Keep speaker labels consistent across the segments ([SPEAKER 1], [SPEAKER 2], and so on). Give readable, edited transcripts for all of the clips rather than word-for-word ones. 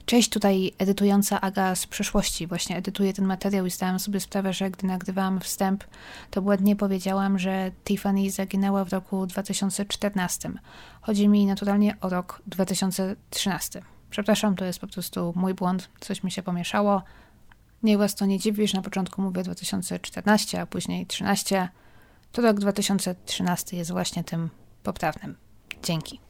[SPEAKER 1] Cześć, tutaj edytująca Aga z przeszłości. Właśnie edytuję ten materiał i zdałam sobie sprawę, że gdy nagrywałam wstęp, to błędnie powiedziałam, że Tiffany zaginęła w roku 2014. Chodzi mi naturalnie o rok 2013. Przepraszam, to jest po prostu mój błąd, coś mi się pomieszało. Niech was to nie dziwi, że na początku mówię 2014, a później 13. To rok 2013 jest właśnie tym poprawnym. Dzięki.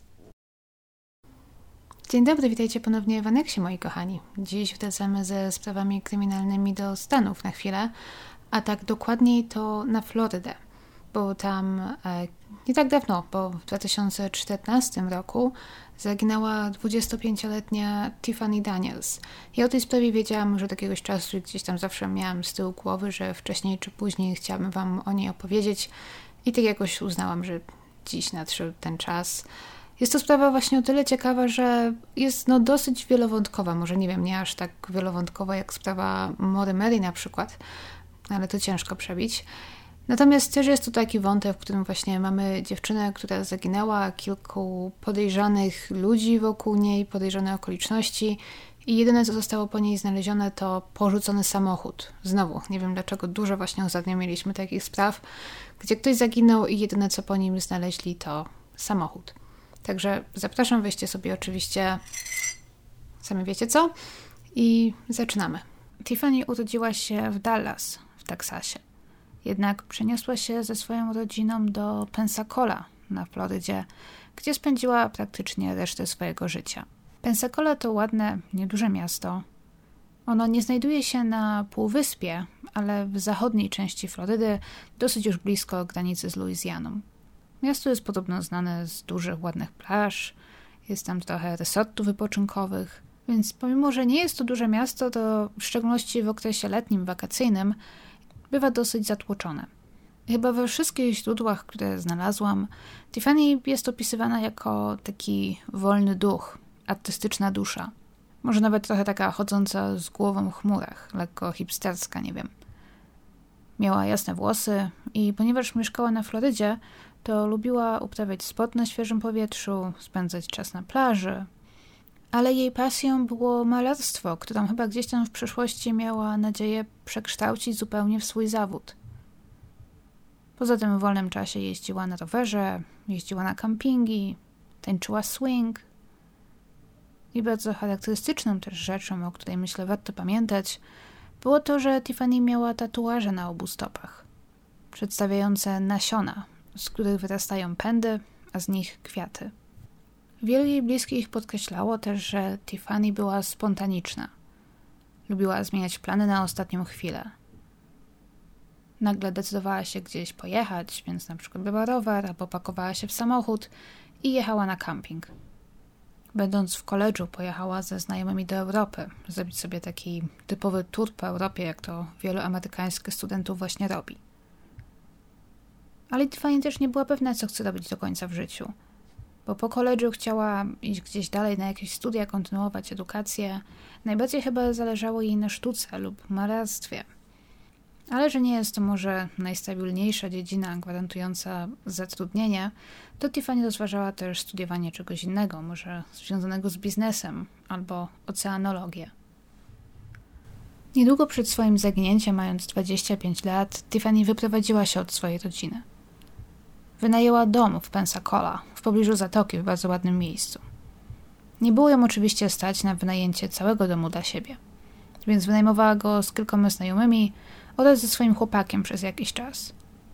[SPEAKER 1] Dzień dobry, witajcie ponownie w Aneksie, moi kochani. Dziś wracamy ze sprawami kryminalnymi do Stanów na chwilę, a tak dokładniej to na Florydę, bo tam nie tak dawno, bo w 2014 roku zaginęła 25-letnia Tiffany Daniels. Ja o tej sprawie wiedziałam już od jakiegoś czasu i gdzieś tam zawsze miałam z tyłu głowy, że wcześniej czy później chciałabym wam o niej opowiedzieć i tak jakoś uznałam, że dziś nadszedł ten czas. Jest to sprawa właśnie o tyle ciekawa, że jest dosyć wielowątkowa. Może nie wiem, nie aż tak wielowątkowa jak sprawa Maury Mary na przykład, ale to ciężko przebić. Natomiast też jest tu taki wątek, w którym właśnie mamy dziewczynę, która zaginęła, kilku podejrzanych ludzi wokół niej, podejrzane okoliczności i jedyne, co zostało po niej znalezione, to porzucony samochód. Znowu, nie wiem dlaczego, dużo właśnie ostatnio mieliśmy takich spraw, gdzie ktoś zaginął i jedyne, co po nim znaleźli, to samochód. Także zapraszam, weźcie sobie oczywiście, sami wiecie co, i zaczynamy. Tiffany urodziła się w Dallas, w Teksasie. Jednak przeniosła się ze swoją rodziną do Pensacola na Florydzie, gdzie spędziła praktycznie resztę swojego życia. Pensacola to ładne, nieduże miasto. Ono nie znajduje się na półwyspie, ale w zachodniej części Florydy, dosyć już blisko granicy z Luizjaną. Miasto jest podobno znane z dużych, ładnych plaż, jest tam trochę resortów wypoczynkowych, więc pomimo, że nie jest to duże miasto, to w szczególności w okresie letnim, wakacyjnym, bywa dosyć zatłoczone. Chyba we wszystkich źródłach, które znalazłam, Tiffany jest opisywana jako taki wolny duch, artystyczna dusza. Może nawet trochę taka chodząca z głową w chmurach, lekko hipsterska, nie wiem. Miała jasne włosy i ponieważ mieszkała na Florydzie, to lubiła uprawiać sport na świeżym powietrzu, spędzać czas na plaży. Ale jej pasją było malarstwo, którą chyba gdzieś tam w przyszłości miała nadzieję przekształcić zupełnie w swój zawód. Poza tym w wolnym czasie jeździła na rowerze, jeździła na kampingi, tańczyła swing. I bardzo charakterystyczną też rzeczą, o której myślę warto pamiętać, było to, że Tiffany miała tatuaże na obu stopach, przedstawiające nasiona, z których wyrastają pędy, a z nich kwiaty. Wielu jej bliskich podkreślało też, że Tiffany była spontaniczna. Lubiła zmieniać plany na ostatnią chwilę. Nagle decydowała się gdzieś pojechać, więc na przykład brała rower albo pakowała się w samochód i jechała na camping. Będąc w koledżu pojechała ze znajomymi do Europy, zrobić sobie taki typowy tour po Europie, jak to wielu amerykańskich studentów właśnie robi. Ale Tiffany też nie była pewna, co chce robić do końca w życiu. Bo po koledżu chciała iść gdzieś dalej na jakieś studia, kontynuować edukację. Najbardziej chyba zależało jej na sztuce lub malarstwie. Ale że nie jest to może najstabilniejsza dziedzina gwarantująca zatrudnienie, to Tiffany rozważała też studiowanie czegoś innego, może związanego z biznesem albo oceanologię. Niedługo przed swoim zaginięciem, mając 25 lat, Tiffany wyprowadziła się od swojej rodziny. Wynajęła dom w Pensacola, w pobliżu zatoki, w bardzo ładnym miejscu. Nie było ją oczywiście stać na wynajęcie całego domu dla siebie, więc wynajmowała go z kilkoma znajomymi oraz ze swoim chłopakiem przez jakiś czas.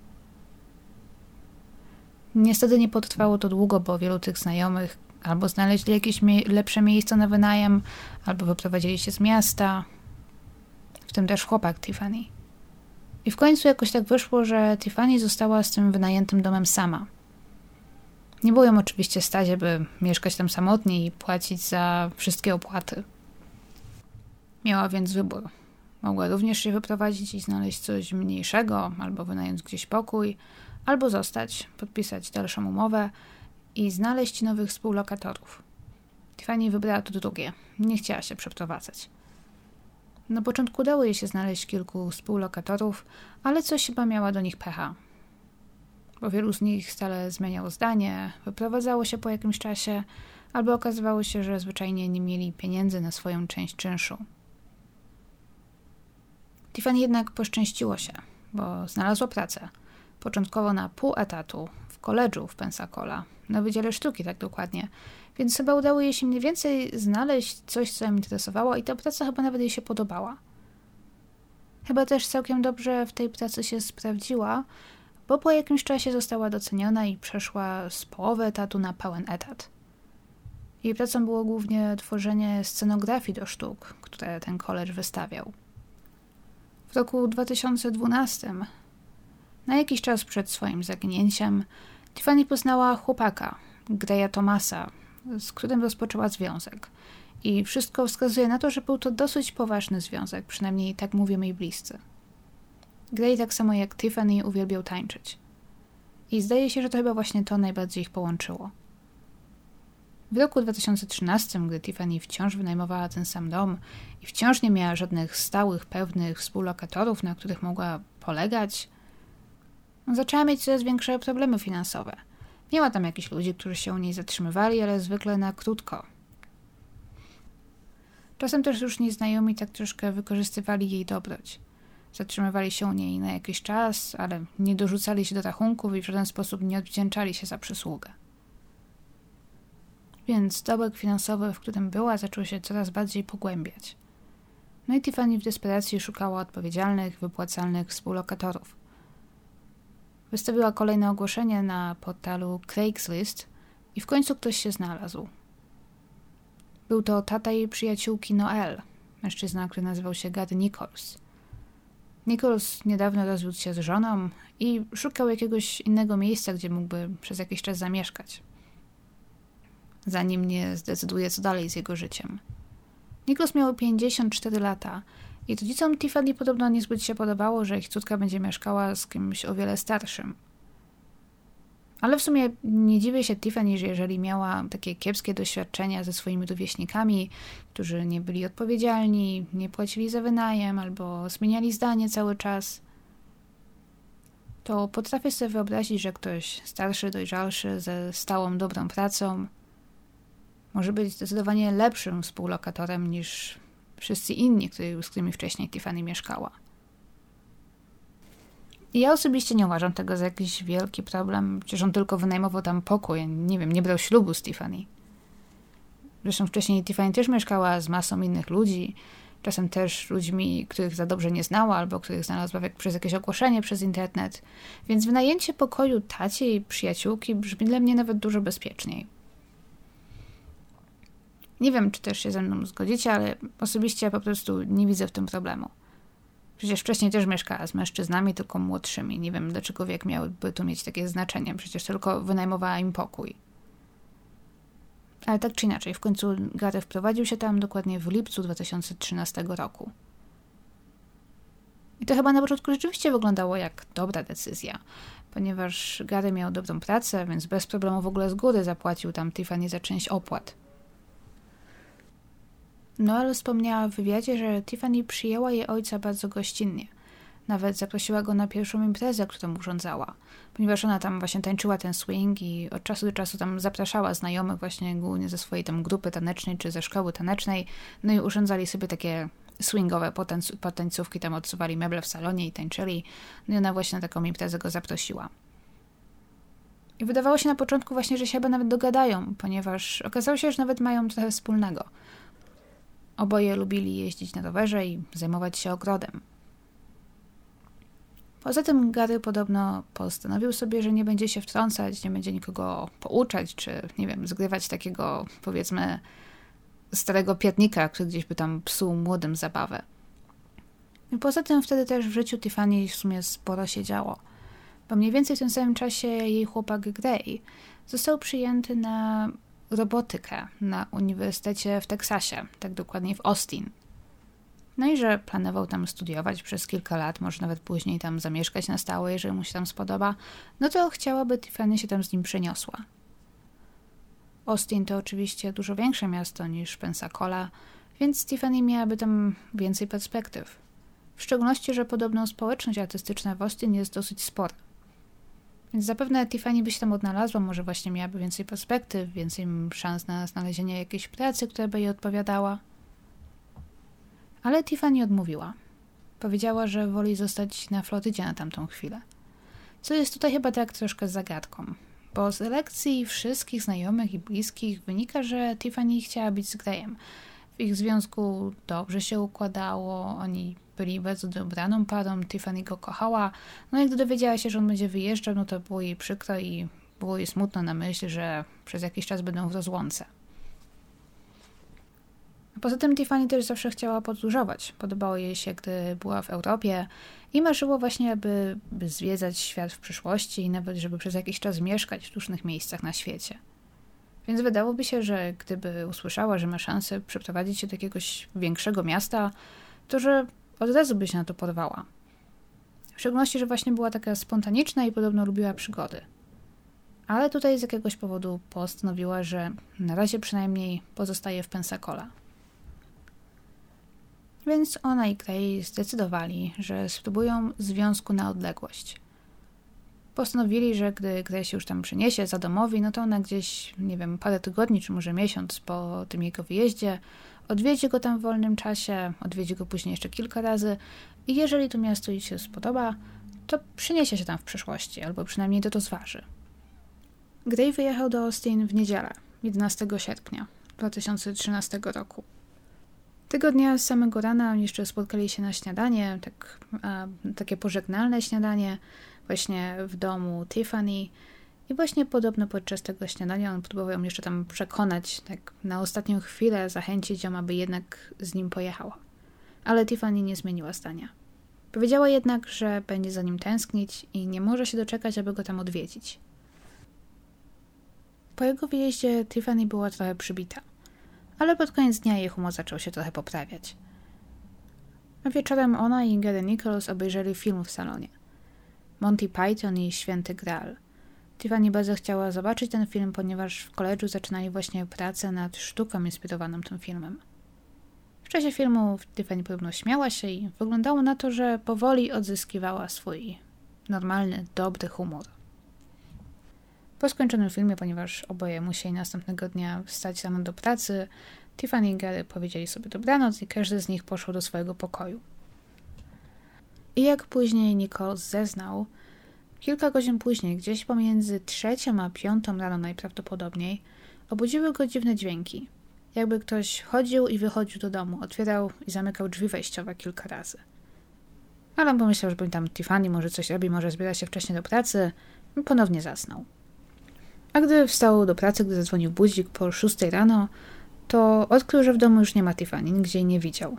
[SPEAKER 1] Niestety nie potrwało to długo, bo wielu tych znajomych albo znaleźli jakieś lepsze miejsce na wynajem, albo wyprowadzili się z miasta, w tym też chłopak Tiffany. I w końcu jakoś tak wyszło, że Tiffany została z tym wynajętym domem sama. Nie było ją oczywiście stać, aby mieszkać tam samotnie i płacić za wszystkie opłaty. Miała więc wybór. Mogła również się wyprowadzić i znaleźć coś mniejszego, albo wynająć gdzieś pokój, albo zostać, podpisać dalszą umowę i znaleźć nowych współlokatorów. Tiffany wybrała to drugie. Nie chciała się przeprowadzać. Na początku udało jej się znaleźć kilku współlokatorów, ale coś chyba miała do nich pecha. Bo wielu z nich stale zmieniało zdanie, wyprowadzało się po jakimś czasie,
[SPEAKER 2] albo okazywało się, że zwyczajnie nie mieli pieniędzy na swoją część czynszu. Tiffany jednak poszczęściło się, bo znalazła pracę, początkowo na pół etatu, w koledżu w Pensacola, na Wydziale Sztuki tak dokładnie, więc chyba udało jej się mniej więcej znaleźć coś, co ją interesowało i ta praca chyba nawet jej się podobała. Chyba też całkiem dobrze w tej pracy się sprawdziła, bo po jakimś czasie została doceniona i przeszła z połowy etatu na pełen etat. Jej pracą było głównie tworzenie scenografii do sztuk, które ten koledż wystawiał. W roku 2012, na jakiś czas przed swoim zaginięciem, Tiffany poznała chłopaka, Greya Thomasa, z którym rozpoczęła związek. I wszystko wskazuje na to, że był to dosyć poważny związek, przynajmniej tak mówią jej bliscy. Grey, tak samo jak Tiffany, uwielbiał tańczyć. I zdaje się, że to chyba właśnie to najbardziej ich połączyło. W roku 2013, gdy Tiffany wciąż wynajmowała ten sam dom i wciąż nie miała żadnych stałych, pewnych współlokatorów, na których mogła polegać, zaczęła mieć coraz większe problemy finansowe. Miała tam jakichś ludzi, którzy się u niej zatrzymywali, ale zwykle na krótko. Czasem też już nieznajomi tak troszkę wykorzystywali jej dobroć. Zatrzymywali się u niej na jakiś czas, ale nie dorzucali się do rachunków i w żaden sposób nie odwdzięczali się za przysługę. Więc dołek finansowy, w którym była, zaczął się coraz bardziej pogłębiać. No i Tiffany w desperacji szukała odpowiedzialnych, wypłacalnych współlokatorów. Wystawiła kolejne ogłoszenie na portalu Craigslist i w końcu ktoś się znalazł. Był to tata jej przyjaciółki Noelle, mężczyzna, który nazywał się Gary Nichols. Nichols niedawno rozwiódł się z żoną i szukał jakiegoś innego miejsca, gdzie mógłby przez jakiś czas zamieszkać, zanim nie zdecyduje, co dalej z jego życiem. Nichols miał 54 lata i rodzicom Tiffany podobno niezbyt się podobało, że ich córka będzie mieszkała z kimś o wiele starszym. Ale w sumie nie dziwię się Tiffany, że jeżeli miała takie kiepskie doświadczenia ze swoimi rówieśnikami, którzy nie byli odpowiedzialni, nie płacili za wynajem albo zmieniali zdanie cały czas, to potrafię sobie wyobrazić, że ktoś starszy, dojrzalszy, ze stałą, dobrą pracą może być zdecydowanie lepszym współlokatorem niż wszyscy inni, z którymi wcześniej Tiffany mieszkała. I ja osobiście nie uważam tego za jakiś wielki problem. Przecież on tylko wynajmował tam pokój. Nie wiem, nie brał ślubu z Tiffany. Zresztą wcześniej Tiffany też mieszkała z masą innych ludzi. Czasem też ludźmi, których za dobrze nie znała, albo których znalazła przez jakieś ogłoszenie przez internet. Więc wynajęcie pokoju tacie i przyjaciółki brzmi dla mnie nawet dużo bezpieczniej. Nie wiem, czy też się ze mną zgodzicie, ale osobiście po prostu nie widzę w tym problemu. Przecież wcześniej też mieszkała z mężczyznami, tylko młodszymi. Nie wiem, dlaczego wiek miałby tu mieć takie znaczenie. Przecież tylko wynajmowała im pokój. Ale tak czy inaczej, w końcu Gary wprowadził się tam dokładnie w lipcu 2013 roku. I to chyba na początku rzeczywiście wyglądało jak dobra decyzja, ponieważ Gary miał dobrą pracę, więc bez problemu w ogóle z góry zapłacił tam Tiffany za część opłat. No ale wspomniała w wywiadzie, że Tiffany przyjęła jej ojca bardzo gościnnie. Nawet zaprosiła go na pierwszą imprezę, którą urządzała, ponieważ ona tam właśnie tańczyła ten swing i od czasu do czasu tam zapraszała znajomych właśnie głównie ze swojej tam grupy tanecznej czy ze szkoły tanecznej, no i urządzali sobie takie swingowe potańcówki, tam odsuwali meble w salonie i tańczyli, no i ona właśnie na taką imprezę go zaprosiła. I wydawało się na początku właśnie, że się chyba nawet dogadają, ponieważ okazało się, że nawet mają trochę wspólnego. Oboje lubili jeździć na rowerze i zajmować się ogrodem. Poza tym Gary podobno postanowił sobie, że nie będzie się wtrącać, nie będzie nikogo pouczać, czy nie wiem, zgrywać takiego, powiedzmy, starego piatnika, który gdzieś by tam psuł młodym zabawę. I poza tym wtedy też w życiu Tiffany w sumie sporo się działo, bo mniej więcej w tym samym czasie jej chłopak Grey został przyjęty na robotykę na Uniwersytecie w Teksasie, tak dokładnie w Austin. No i że planował tam studiować przez kilka lat, może nawet później tam zamieszkać na stałe, jeżeli mu się tam spodoba, no to chciałaby Tiffany się tam z nim przeniosła. Austin to oczywiście dużo większe miasto niż Pensacola, więc Tiffany miałaby tam więcej perspektyw. W szczególności, że podobno społeczność artystyczna w Austin jest dosyć spora. Więc zapewne Tiffany by się tam odnalazła, może właśnie miałaby więcej perspektyw, więcej szans na znalezienie jakiejś pracy, która by jej odpowiadała. Ale Tiffany odmówiła. Powiedziała, że woli zostać na Florydzie na tamtą chwilę. Co jest tutaj chyba tak troszkę zagadką, bo z elekcji wszystkich znajomych i bliskich wynika, że Tiffany chciała być z Grayem. W ich związku dobrze się układało, oni byli bardzo dobraną parą, Tiffany go kochała, no i gdy dowiedziała się, że on będzie wyjeżdżał, no to było jej przykro i było jej smutno na myśl, że przez jakiś czas będą w rozłące. Poza tym Tiffany też zawsze chciała podróżować. Podobało jej się, gdy była w Europie i marzyło właśnie, aby zwiedzać świat w przyszłości i nawet, żeby przez jakiś czas mieszkać w różnych miejscach na świecie. Więc wydałoby się, że gdyby usłyszała, że ma szansę przeprowadzić się do jakiegoś większego miasta, to że od razu by się na to porwała. W szczególności, że właśnie była taka spontaniczna i podobno lubiła przygody. Ale tutaj z jakiegoś powodu postanowiła, że na razie przynajmniej pozostaje w Pensacola. Więc ona i Gray zdecydowali, że spróbują związku na odległość. Postanowili, że gdy Gray się już tam przeniesie za domowi, no to ona gdzieś, nie wiem, parę tygodni czy może miesiąc po tym jego wyjeździe odwiedzi go tam w wolnym czasie, odwiedzi go później jeszcze kilka razy i jeżeli to miasto jej się spodoba, to przyniesie się tam w przyszłości, albo przynajmniej to zważy. Gray wyjechał do Austin w niedzielę, 11 sierpnia 2013 roku. Tego dnia z samego rana oni jeszcze spotkali się na śniadanie, takie pożegnalne śniadanie, właśnie w domu Tiffany. I właśnie podobno podczas tego śniadania on próbował ją jeszcze tam przekonać, tak na ostatnią chwilę zachęcić ją, aby jednak z nim pojechała. Ale Tiffany nie zmieniła zdania. Powiedziała jednak, że będzie za nim tęsknić i nie może się doczekać, aby go tam odwiedzić. Po jego wyjeździe Tiffany była trochę przybita, ale pod koniec dnia jej humor zaczął się trochę poprawiać. A wieczorem ona i Gary Nichols obejrzeli film w salonie. Monty Python i Święty Graal. Tiffany bardzo chciała zobaczyć ten film, ponieważ w koledżu zaczynali właśnie pracę nad sztuką inspirowaną tym filmem. W czasie filmu Tiffany podobno śmiała się i wyglądało na to, że powoli odzyskiwała swój normalny, dobry humor. Po skończonym filmie, ponieważ oboje musieli następnego dnia wstać rano do pracy, Tiffany i Gary powiedzieli sobie dobranoc i każdy z nich poszło do swojego pokoju. I jak później Nichols zeznał, kilka godzin później, gdzieś pomiędzy 3 a 5 rano najprawdopodobniej, obudziły go dziwne dźwięki. Jakby ktoś chodził i wychodził do domu, otwierał i zamykał drzwi wejściowe kilka razy. Ale on pomyślał, że tam Tiffany może coś robi, może zbiera się wcześniej do pracy i ponownie zasnął. A gdy wstał do pracy, gdy zadzwonił budzik po 6 rano, to odkrył, że w domu już nie ma Tiffany, nigdzie jej nie widział.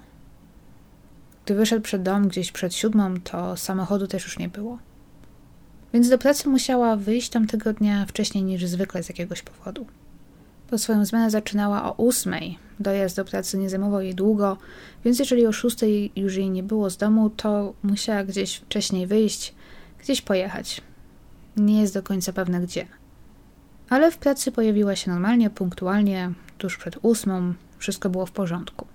[SPEAKER 2] Gdy wyszedł przed dom gdzieś przed 7, to samochodu też już nie było. Więc do pracy musiała wyjść tamtego dnia wcześniej niż zwykle z jakiegoś powodu. Bo swoją zmianę zaczynała o 8. Dojazd do pracy nie zajmował jej długo, więc jeżeli o 6 już jej nie było z domu, to musiała gdzieś wcześniej wyjść, gdzieś pojechać. Nie jest do końca pewna gdzie. Ale w pracy pojawiła się normalnie, punktualnie, tuż przed 8. Wszystko było w porządku.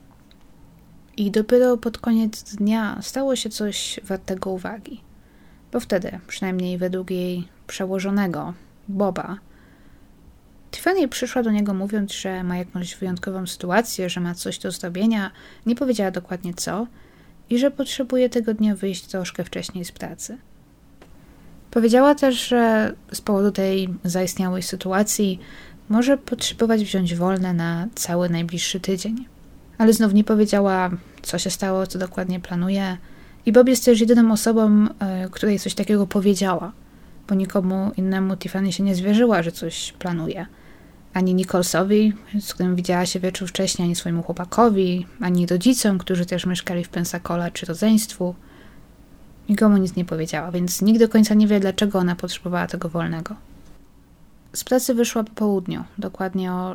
[SPEAKER 2] I dopiero pod koniec dnia stało się coś wartego uwagi. Bo wtedy, przynajmniej według jej przełożonego, Boba, Tiffany przyszła do niego mówiąc, że ma jakąś wyjątkową sytuację, że ma coś do zrobienia, nie powiedziała dokładnie co i że potrzebuje tego dnia wyjść troszkę wcześniej z pracy. Powiedziała też, że z powodu tej zaistniałej sytuacji może potrzebować wziąć wolne na cały najbliższy tydzień. Ale znów nie powiedziała, co się stało, co dokładnie planuje. I Bob jest też jedyną osobą, której coś takiego powiedziała, bo nikomu innemu Tiffany się nie zwierzyła, że coś planuje. Ani Nicholsowi, z którym widziała się wieczór wcześniej, ani swojemu chłopakowi, ani rodzicom, którzy też mieszkali w Pensacola, czy rodzeństwu. Nikomu nic nie powiedziała, więc nikt do końca nie wie, dlaczego ona potrzebowała tego wolnego. Z pracy wyszła po południu, dokładnie o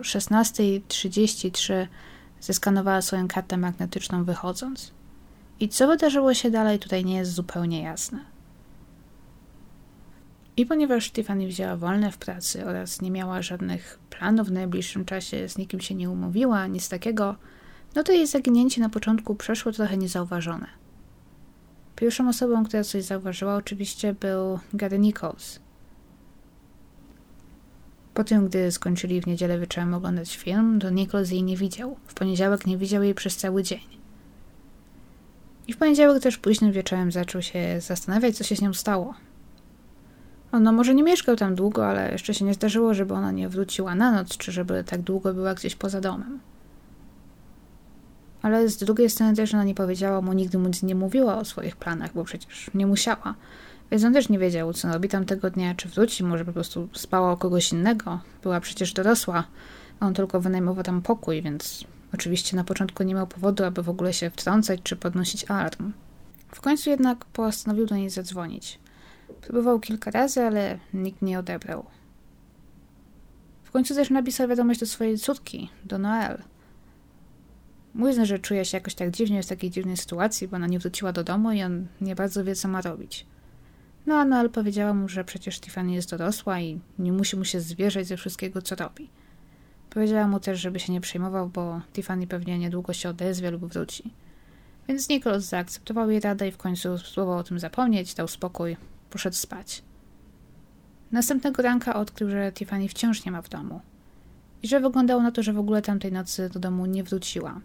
[SPEAKER 2] 16:33 zeskanowała swoją kartę magnetyczną wychodząc. I co wydarzyło się dalej, tutaj nie jest zupełnie jasne. I ponieważ Tiffany wzięła wolne w pracy oraz nie miała żadnych planów w najbliższym czasie, z nikim się nie umówiła, nic takiego, no to jej zaginięcie na początku przeszło trochę niezauważone. Pierwszą osobą, która coś zauważyła oczywiście był Gary Nichols. Po tym, gdy skończyli w niedzielę wieczorem oglądać film, to Nichols jej nie widział. W poniedziałek nie widział jej przez cały dzień. I w poniedziałek też późnym wieczorem zaczął się zastanawiać, co się z nią stało. Ono może nie mieszkał tam długo, ale jeszcze się nie zdarzyło, żeby ona nie wróciła na noc, czy żeby tak długo była gdzieś poza domem. Ale z drugiej strony też ona nie powiedziała mu, nigdy mu nie mówiła o swoich planach, bo przecież nie musiała. Więc on też nie wiedział, co robi tamtego dnia, czy wróci, może po prostu spała u kogoś innego. Była przecież dorosła, a on tylko wynajmował tam pokój, więc oczywiście na początku nie miał powodu, aby w ogóle się wtrącać, czy podnosić alarm. W końcu jednak postanowił do niej zadzwonić. Próbował kilka razy, ale nikt nie odebrał. W końcu też napisał wiadomość do swojej córki, do Noel. Mówi, że czuje się jakoś tak dziwnie w takiej dziwnej sytuacji, bo ona nie wróciła do domu i on nie bardzo wie, co ma robić. No a Noel powiedziała mu, że przecież Tiffany jest dorosła i nie musi mu się zwierzać ze wszystkiego, co robi. Powiedziała mu też, żeby się nie przejmował, bo Tiffany pewnie niedługo się odezwie lub wróci. Więc Nichols zaakceptował jej radę i w końcu spróbował o tym zapomnieć, dał spokój, poszedł spać. Następnego ranka odkrył, że Tiffany wciąż nie ma w domu i że wyglądało na to, że w ogóle tamtej nocy do domu nie wróciła.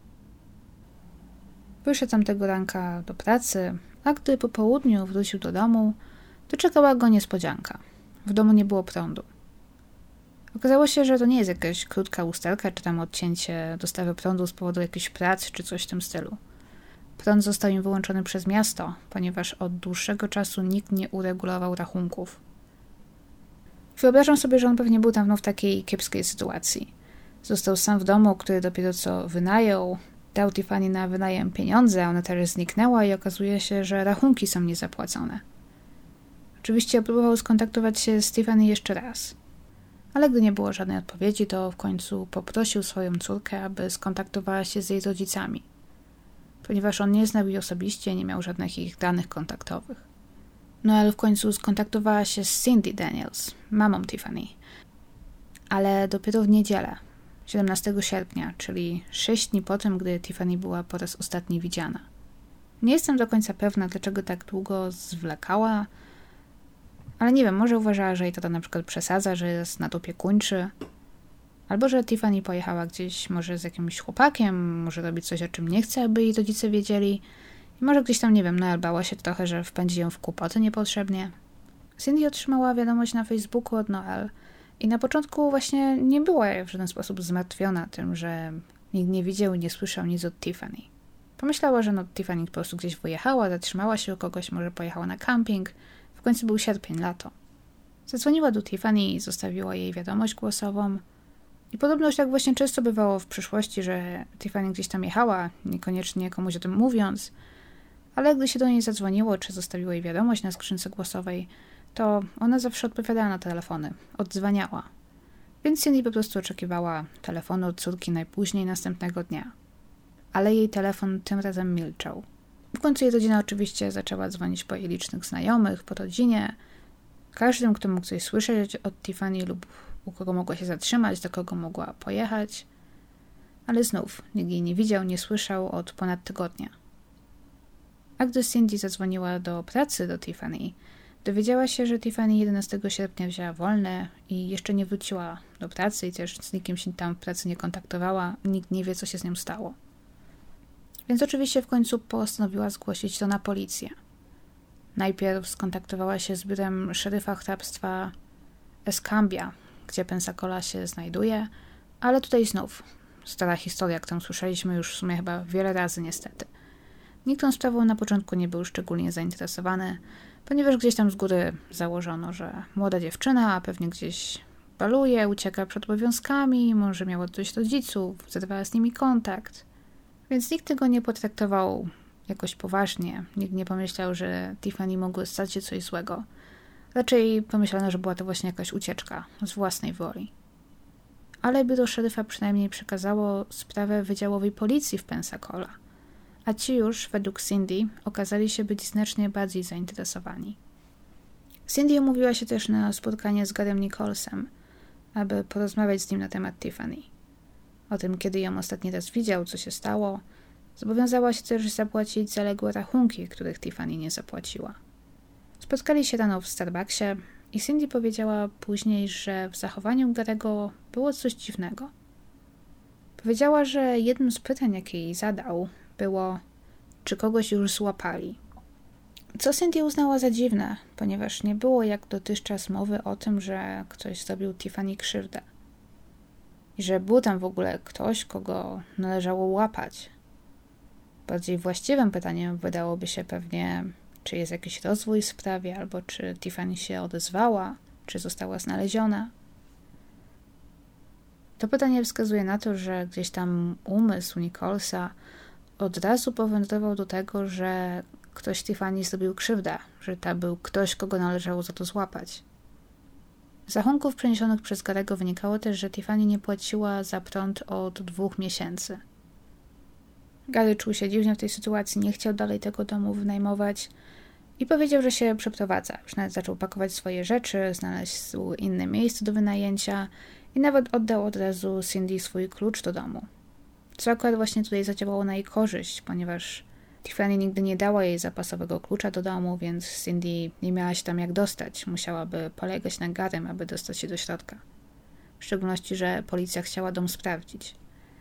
[SPEAKER 2] Wyszedł tamtego ranka do pracy, a gdy po południu wrócił do domu, to czekała go niespodzianka. W domu nie było prądu. Okazało się, że to nie jest jakaś krótka usterka, czy tam odcięcie dostawy prądu z powodu jakichś prac, czy coś w tym stylu. Prąd został im wyłączony przez miasto, ponieważ od dłuższego czasu nikt nie uregulował rachunków. Wyobrażam sobie, że on pewnie był tam w takiej kiepskiej sytuacji. Został sam w domu, który dopiero co wynajął, dał Tiffany na wynajem pieniądze, a ona teraz zniknęła i okazuje się, że rachunki są niezapłacone. Oczywiście próbował skontaktować się z Tiffany jeszcze raz. Ale gdy nie było żadnej odpowiedzi, to w końcu poprosił swoją córkę, aby skontaktowała się z jej rodzicami. Ponieważ on nie znał jej osobiście, nie miał żadnych ich danych kontaktowych. Noel w końcu skontaktowała się z Cindy Daniels, mamą Tiffany. Ale dopiero w niedzielę, 17 sierpnia, czyli 6 dni po tym, gdy Tiffany była po raz ostatni widziana. Nie jestem do końca pewna, dlaczego tak długo zwlekała, ale nie wiem, może uważała, że jej tata na przykład przesadza, że jest nadopiekuńczy, albo że Tiffany pojechała gdzieś może z jakimś chłopakiem, może robić coś, o czym nie chce, aby jej rodzice wiedzieli. I może gdzieś tam, nie wiem, Noel bała się trochę, że wpędzi ją w kłopoty niepotrzebnie. Cindy otrzymała wiadomość na Facebooku od Noel i na początku właśnie nie była w żaden sposób zmartwiona tym, że nikt nie widział i nie słyszał nic od Tiffany. Pomyślała, że Tiffany po prostu gdzieś wyjechała, zatrzymała się u kogoś, może pojechała na camping. W końcu był sierpień, lato. Zadzwoniła do Tiffany i zostawiła jej wiadomość głosową. I podobno już tak właśnie często bywało w przyszłości, że Tiffany gdzieś tam jechała, niekoniecznie komuś o tym mówiąc, ale gdy się do niej zadzwoniło, czy zostawiło jej wiadomość na skrzynce głosowej, to ona zawsze odpowiadała na telefony, oddzwaniała. Więc Cindy po prostu oczekiwała telefonu od córki najpóźniej następnego dnia. Ale jej telefon tym razem milczał. W końcu jej rodzina oczywiście zaczęła dzwonić po jej licznych znajomych, po rodzinie, każdym, kto mógł coś słyszeć od Tiffany lub u kogo mogła się zatrzymać, do kogo mogła pojechać. Ale znów nikt jej nie widział, nie słyszał od ponad tygodnia. A gdy Cindy zadzwoniła do pracy do Tiffany, dowiedziała się, że Tiffany 11 sierpnia wzięła wolne i jeszcze nie wróciła do pracy i też z nikim się tam w pracy nie kontaktowała. Nikt nie wie, co się z nią stało. Więc oczywiście w końcu postanowiła zgłosić to na policję. Najpierw skontaktowała się z biurem szeryfa hrabstwa Escambia, gdzie Pensacola się znajduje, ale tutaj znów stara historia, którą słyszeliśmy już w sumie chyba wiele razy niestety. Nikt tą sprawą na początku nie był szczególnie zainteresowany, ponieważ gdzieś tam z góry założono, że młoda dziewczyna, a pewnie gdzieś baluje, ucieka przed obowiązkami, może miała dość rodziców, zerwała z nimi kontakt. Więc nikt tego nie potraktował jakoś poważnie. Nikt nie pomyślał, że Tiffany mogło stać się coś złego. Raczej pomyślano, że była to właśnie jakaś ucieczka z własnej woli. Ale biuro szeryfa przynajmniej przekazało sprawę Wydziałowi Policji w Pensacola, a ci już, według Cindy, okazali się być znacznie bardziej zainteresowani. Cindy umówiła się też na spotkanie z Garym Nicholsem, aby porozmawiać z nim na temat Tiffany. O tym, kiedy ją ostatni raz widział, co się stało, zobowiązała się też zapłacić zaległe rachunki, których Tiffany nie zapłaciła. Spotkali się rano w Starbucksie I Cindy powiedziała później, że w zachowaniu Gary'ego było coś dziwnego. Powiedziała, że jednym z pytań, jakie jej zadał, było, czy kogoś już złapali. Co Cindy uznała za dziwne, ponieważ nie było jak dotychczas mowy o tym, że ktoś zrobił Tiffany krzywdę. I że był tam w ogóle ktoś, kogo należało łapać. Bardziej właściwym pytaniem wydałoby się pewnie, czy jest jakiś rozwój w sprawie, albo czy Tiffany się odezwała, czy została znaleziona. To pytanie wskazuje na to, że gdzieś tam umysł Nicholsa od razu powędrował do tego, że ktoś Tiffany zrobił krzywdę, że to był ktoś, kogo należało za to złapać. Z rachunków przeniesionych przez Gary'ego wynikało też, że Tiffany nie płaciła za prąd od 2 miesięcy. Gary czuł się dziwnie w tej sytuacji, nie chciał dalej tego domu wynajmować i powiedział, że się przeprowadza. Już nawet zaczął pakować swoje rzeczy, znaleźć inne miejsce do wynajęcia i nawet oddał od razu Cindy swój klucz do domu. Co akurat właśnie tutaj zadziałało na jej korzyść, ponieważ Tiffany nigdy nie dała jej zapasowego klucza do domu, więc Cindy nie miała się tam jak dostać. Musiałaby polegać na Garym, aby dostać się do środka. W szczególności, że policja chciała dom sprawdzić.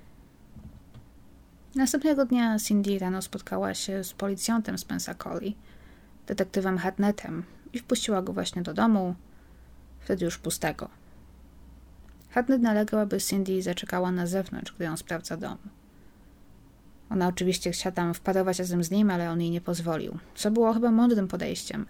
[SPEAKER 2] Następnego dnia Cindy rano spotkała się z policjantem z Pensacola, detektywem Hartnettem, i wpuściła go właśnie do domu, wtedy już pustego. Hartnett nalegał, aby Cindy zaczekała na zewnątrz, gdy on sprawdza dom. Ona oczywiście chciała tam wparować razem z nim, ale on jej nie pozwolił, co było chyba mądrym podejściem,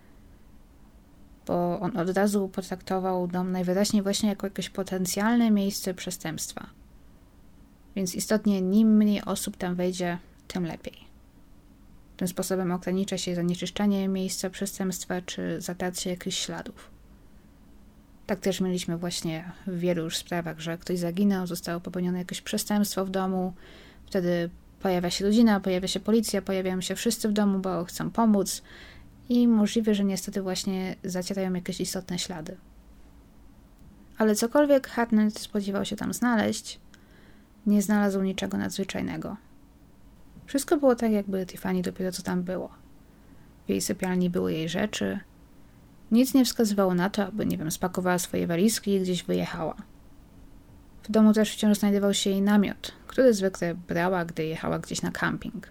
[SPEAKER 2] bo on od razu potraktował dom najwyraźniej właśnie jako jakieś potencjalne miejsce przestępstwa. Więc istotnie im mniej osób tam wejdzie, tym lepiej. Tym sposobem ogranicza się zanieczyszczenie miejsca przestępstwa czy zatarcie jakichś śladów. Tak też mieliśmy właśnie w wielu już sprawach, że ktoś zaginął, zostało popełnione jakieś przestępstwo w domu, wtedy pojawia się rodzina, pojawia się policja, pojawiają się wszyscy w domu, bo chcą pomóc i możliwe, że niestety właśnie zacierają jakieś istotne ślady. Ale cokolwiek Hartnett spodziewał się tam znaleźć, nie znalazł niczego nadzwyczajnego. Wszystko było tak, jakby Tiffany dopiero co tam było. W jej sypialni były jej rzeczy. Nic nie wskazywało na to, aby, spakowała swoje walizki i gdzieś wyjechała. W domu też wciąż znajdował się jej namiot, który zwykle brała, gdy jechała gdzieś na camping.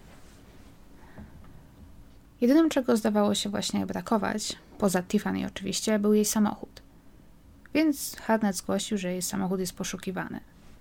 [SPEAKER 2] Jedynym, czego zdawało się właśnie brakować, poza Tiffany oczywiście, był jej samochód. Więc Hartnett zgłosił, że jej samochód jest poszukiwany.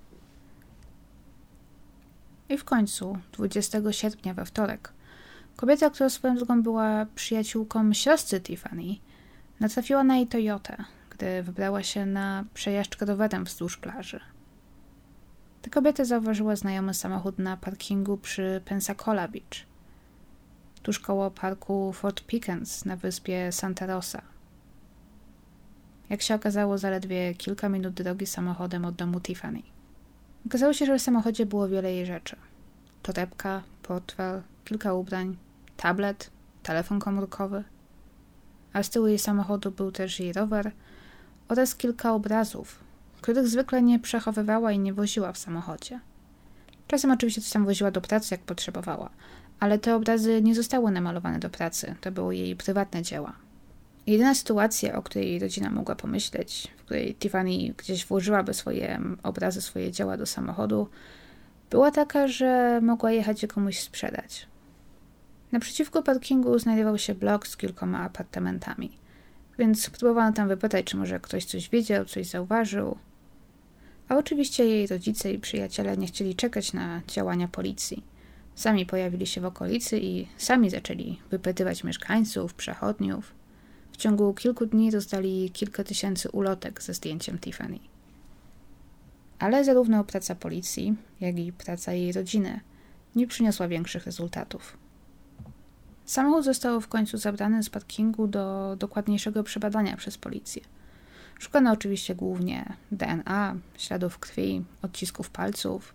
[SPEAKER 2] I w końcu, 20 sierpnia we wtorek, kobieta, która swoją drogą była przyjaciółką siostry Tiffany, natrafiła na jej Toyotę, gdy wybrała się na przejażdżkę rowerem wzdłuż plaży. Ta kobieta zauważyła znajomy samochód na parkingu przy Pensacola Beach, tuż koło parku Fort Pickens na wyspie Santa Rosa. Jak się okazało, zaledwie kilka minut drogi samochodem od domu Tiffany. Okazało się, że w samochodzie było wiele jej rzeczy. Torebka, portfel, kilka ubrań, tablet, telefon komórkowy. A z tyłu jej samochodu był też jej rower oraz kilka obrazów, których zwykle nie przechowywała i nie woziła w samochodzie. Czasem oczywiście coś tam woziła do pracy, jak potrzebowała, ale te obrazy nie zostały namalowane do pracy, to były jej prywatne dzieła. Jedyna sytuacja, o której jej rodzina mogła pomyśleć, w której Tiffany gdzieś włożyłaby swoje obrazy, swoje dzieła do samochodu, była taka, że mogła jechać je komuś sprzedać. Naprzeciwko parkingu znajdował się blok z kilkoma apartamentami, więc próbowano tam wypytać, czy może ktoś coś wiedział, coś zauważył. A oczywiście jej rodzice i przyjaciele nie chcieli czekać na działania policji. Sami pojawili się w okolicy i sami zaczęli wypytywać mieszkańców, przechodniów. W ciągu kilku dni rozdali kilka tysięcy ulotek ze zdjęciem Tiffany. Ale zarówno praca policji, jak i praca jej rodziny nie przyniosła większych rezultatów. Samochód został w końcu zabrany z parkingu do dokładniejszego przebadania przez policję. Szukano oczywiście głównie DNA, śladów krwi, odcisków palców.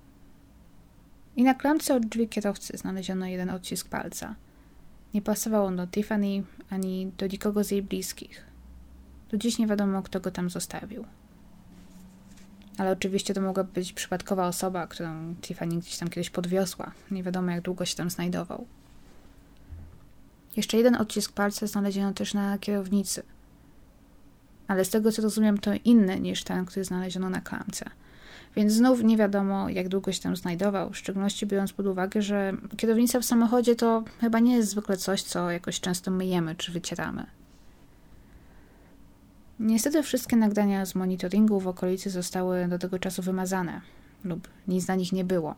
[SPEAKER 2] I na klamce od drzwi kierowcy znaleziono jeden odcisk palca. Nie pasował on do Tiffany ani do nikogo z jej bliskich. Do dziś nie wiadomo, kto go tam zostawił. Ale oczywiście to mogła być przypadkowa osoba, którą Tiffany gdzieś tam kiedyś podwiosła. Nie wiadomo, jak długo się tam znajdował. Jeszcze jeden odcisk palca znaleziono też na kierownicy. ale z tego co rozumiem to inny niż ten, który znaleziono na klamce. Więc znów nie wiadomo, jak długo się tam znajdował, w szczególności biorąc pod uwagę, że kierownica w samochodzie to chyba nie jest zwykle coś, co jakoś często myjemy czy wycieramy. Niestety wszystkie nagrania z monitoringu w okolicy zostały do tego czasu wymazane lub nic na nich nie było.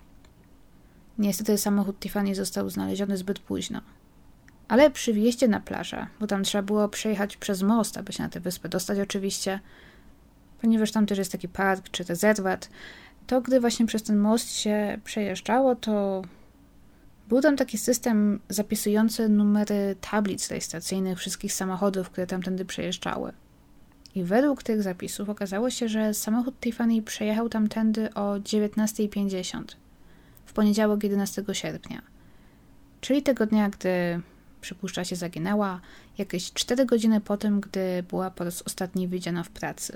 [SPEAKER 2] Niestety samochód Tiffany został znaleziony zbyt późno. Ale przy wjeździe na plażę, bo tam trzeba było przejechać przez most, aby się na tę wyspę dostać oczywiście, ponieważ tam też jest taki park czy rezerwat, to gdy właśnie przez ten most się przejeżdżało, to był tam taki system zapisujący numery tablic rejestracyjnych wszystkich samochodów, które tamtędy przejeżdżały. I według tych zapisów okazało się, że samochód Tiffany przejechał tamtędy o 19:50 w poniedziałek 11 sierpnia. Czyli tego dnia, gdy przypuszcza się zaginęła, jakieś 4 godziny po tym, gdy była po raz ostatni widziana w pracy.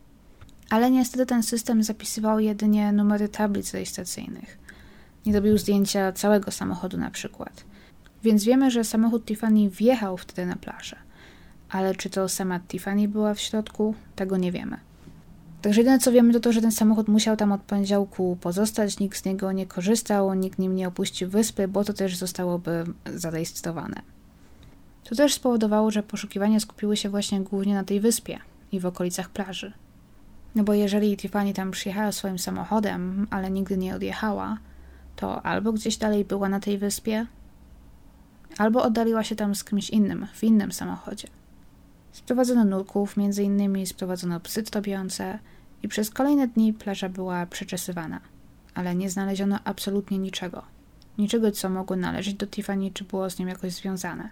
[SPEAKER 2] Ale niestety ten system zapisywał jedynie numery tablic rejestracyjnych. Nie robił zdjęcia całego samochodu na przykład. Więc wiemy, że samochód Tiffany wjechał wtedy na plażę. Ale czy to sama Tiffany była w środku, tego nie wiemy. Także jedyne co wiemy to, że ten samochód musiał tam od poniedziałku pozostać, nikt z niego nie korzystał, nikt nim nie opuścił wyspy, bo to też zostałoby zarejestrowane. To też spowodowało, że poszukiwania skupiły się właśnie głównie na tej wyspie i w okolicach plaży. No bo jeżeli Tiffany tam przyjechała swoim samochodem, ale nigdy nie odjechała, to albo gdzieś dalej była na tej wyspie, albo oddaliła się tam z kimś innym, w innym samochodzie. Sprowadzono nurków, między innymi sprowadzono psy tropiące i przez kolejne dni plaża była przeczesywana, ale nie znaleziono absolutnie niczego. Niczego, co mogło należeć do Tiffany, czy było z nią jakoś związane.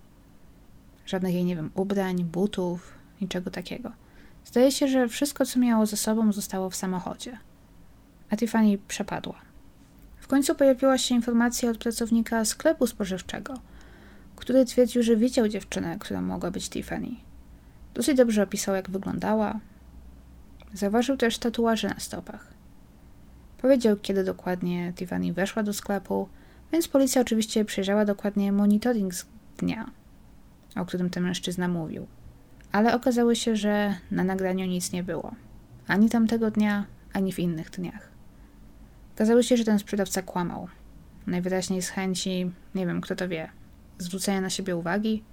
[SPEAKER 2] Żadnych jej, ubrań, butów, niczego takiego. Zdaje się, że wszystko, co miało ze sobą, zostało w samochodzie. A Tiffany przepadła. W końcu pojawiła się informacja od pracownika sklepu spożywczego, który twierdził, że widział dziewczynę, która mogła być Tiffany. Dosyć dobrze opisał, jak wyglądała. Zauważył też tatuaże na stopach. Powiedział, kiedy dokładnie Tiffany weszła do sklepu, więc policja oczywiście przejrzała dokładnie monitoring z dnia, o którym ten mężczyzna mówił. Ale okazało się, że na nagraniu nic nie było. Ani tamtego dnia, ani w innych dniach. Okazało się, że ten sprzedawca kłamał. Najwyraźniej z chęci, nie wiem kto to wie, zwrócenia na siebie uwagi.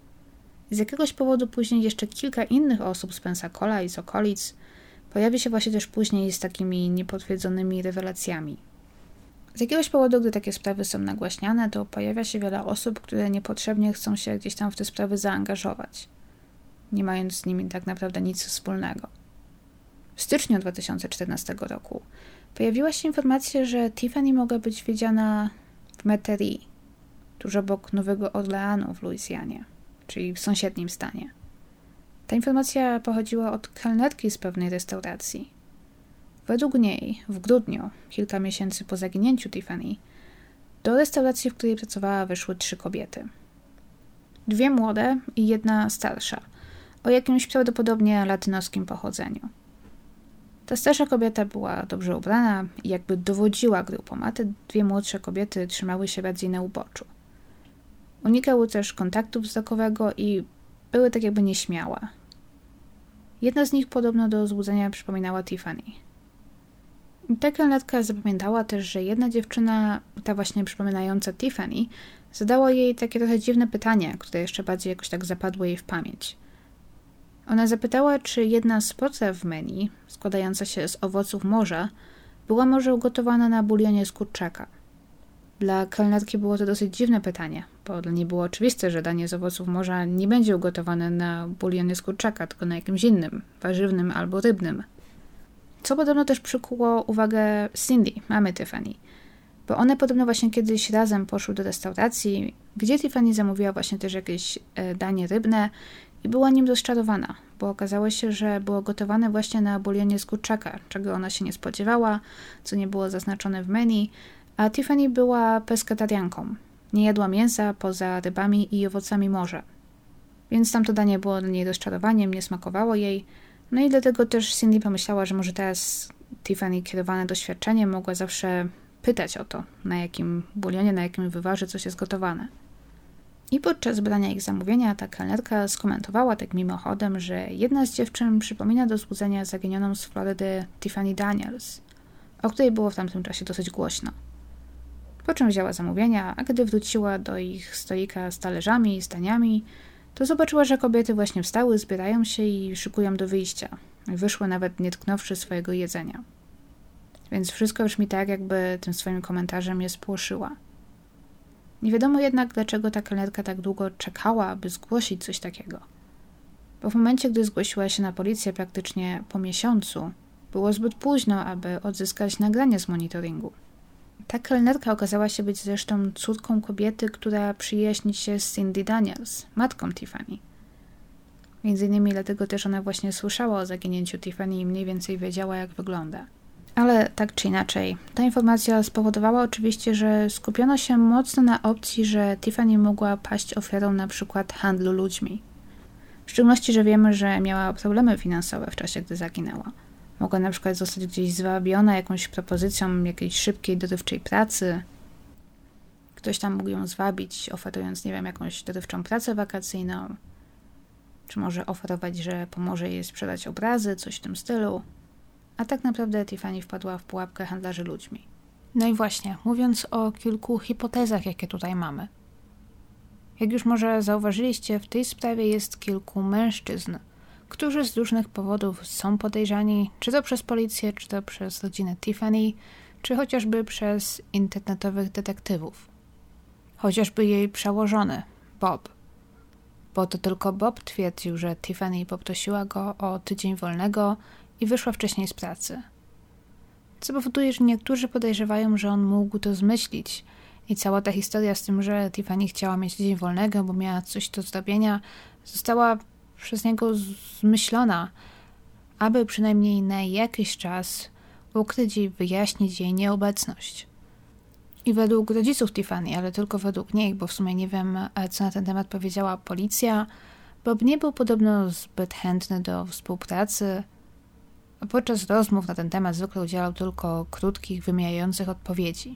[SPEAKER 2] Z jakiegoś powodu później jeszcze kilka innych osób z Pensacola i z okolic pojawi się właśnie też później z takimi niepotwierdzonymi rewelacjami. Z jakiegoś powodu, gdy takie sprawy są nagłaśniane, to pojawia się wiele osób, które niepotrzebnie chcą się gdzieś tam w te sprawy zaangażować, nie mając z nimi tak naprawdę nic wspólnego. W styczniu 2014 roku pojawiła się informacja, że Tiffany mogła być widziana w Metairie, tuż obok Nowego Orleanu w Luizjanie, czyli w sąsiednim stanie. Ta informacja pochodziła od kelnerki z pewnej restauracji. Według niej w grudniu, kilka miesięcy po zaginięciu Tiffany, do restauracji, w której pracowała, weszły 3 kobiety. 2 młode i 1 starsza, o jakimś prawdopodobnie latynoskim pochodzeniu. Ta starsza kobieta była dobrze ubrana i jakby dowodziła grupą, a te 2 młodsze kobiety trzymały się bardziej na uboczu. Unikały też kontaktu wzrokowego i były tak jakby nieśmiałe. Jedna z nich podobno do złudzenia przypominała Tiffany. Ta kelnerka zapamiętała też, że jedna dziewczyna, ta właśnie przypominająca Tiffany, zadała jej takie trochę dziwne pytanie, które jeszcze bardziej jakoś tak zapadło jej w pamięć. Ona zapytała, czy jedna z potraw w menu, składająca się z owoców morza, była może ugotowana na bulionie z kurczaka. Dla kelnerki było to dosyć dziwne pytanie, bo dla niej było oczywiste, że danie z owoców morza nie będzie ugotowane na bulionie z kurczaka, tylko na jakimś innym, warzywnym albo rybnym. Co podobno też przykuło uwagę Cindy, mamy Tiffany, bo one podobno właśnie kiedyś razem poszły do restauracji, gdzie Tiffany zamówiła właśnie też jakieś danie rybne i była nim rozczarowana, bo okazało się, że było gotowane właśnie na bulionie z kurczaka, czego ona się nie spodziewała, co nie było zaznaczone w menu, a Tiffany była peskatarianką. Nie jadła mięsa poza rybami i owocami morza. Więc tamto danie było dla niej rozczarowaniem, nie smakowało jej. No i dlatego też Cindy pomyślała, że może teraz Tiffany, kierowane doświadczeniem, mogła zawsze pytać o to, na jakim bulionie, na jakim wywarze coś jest gotowane. I podczas brania ich zamówienia ta kelnerka skomentowała tak mimochodem, że jedna z dziewczyn przypomina do złudzenia zaginioną z Florydy Tiffany Daniels, o której było w tamtym czasie dosyć głośno. Po czym wzięła zamówienia, a gdy wróciła do ich stolika z talerzami i staniami, to zobaczyła, że kobiety właśnie wstały, zbierają się i szykują do wyjścia. Wyszły nawet nie tknąwszy swojego jedzenia. Więc wszystko brzmi tak, jakby tym swoim komentarzem je spłoszyła. Nie wiadomo jednak, dlaczego ta kelnerka tak długo czekała, aby zgłosić coś takiego. Bo w momencie, gdy zgłosiła się na policję praktycznie po miesiącu, było zbyt późno, aby odzyskać nagranie z monitoringu. Ta kelnerka okazała się być zresztą córką kobiety, która przyjaźni się z Cindy Daniels, matką Tiffany. Między innymi dlatego też ona właśnie słyszała o zaginięciu Tiffany i mniej więcej wiedziała, jak wygląda. Ale tak czy inaczej, ta informacja spowodowała oczywiście, że skupiono się mocno na opcji, że Tiffany mogła paść ofiarą na przykład handlu ludźmi. W szczególności, że wiemy, że miała problemy finansowe w czasie, gdy zaginęła. Mogła na przykład zostać gdzieś zwabiona jakąś propozycją jakiejś szybkiej, dorywczej pracy. Ktoś tam mógł ją zwabić, oferując, nie wiem, jakąś dorywczą pracę wakacyjną. Czy może oferować, że pomoże jej sprzedać obrazy, coś w tym stylu. A tak naprawdę Tiffany wpadła w pułapkę handlarzy ludźmi.
[SPEAKER 1] No i właśnie, mówiąc o kilku hipotezach, jakie tutaj mamy. Jak już może zauważyliście, w tej sprawie jest kilku mężczyzn, którzy z różnych powodów są podejrzani, czy to przez policję, czy to przez rodzinę Tiffany, czy chociażby przez internetowych detektywów. Chociażby jej przełożony, Bob. Bo to tylko Bob twierdził, że Tiffany poprosiła go o tydzień wolnego i wyszła wcześniej z pracy. Co powoduje, że niektórzy podejrzewają, że on mógł to zmyślić i cała ta historia z tym, że Tiffany chciała mieć tydzień wolnego, bo miała coś do zrobienia, została przez niego zmyślona, aby przynajmniej na jakiś czas ukryć i wyjaśnić jej nieobecność. I według rodziców Tiffany, ale tylko według niej, bo w sumie nie wiem, co na ten temat powiedziała policja, Bob nie był podobno zbyt chętny do współpracy, a podczas rozmów na ten temat zwykle udzielał tylko krótkich, wymijających odpowiedzi.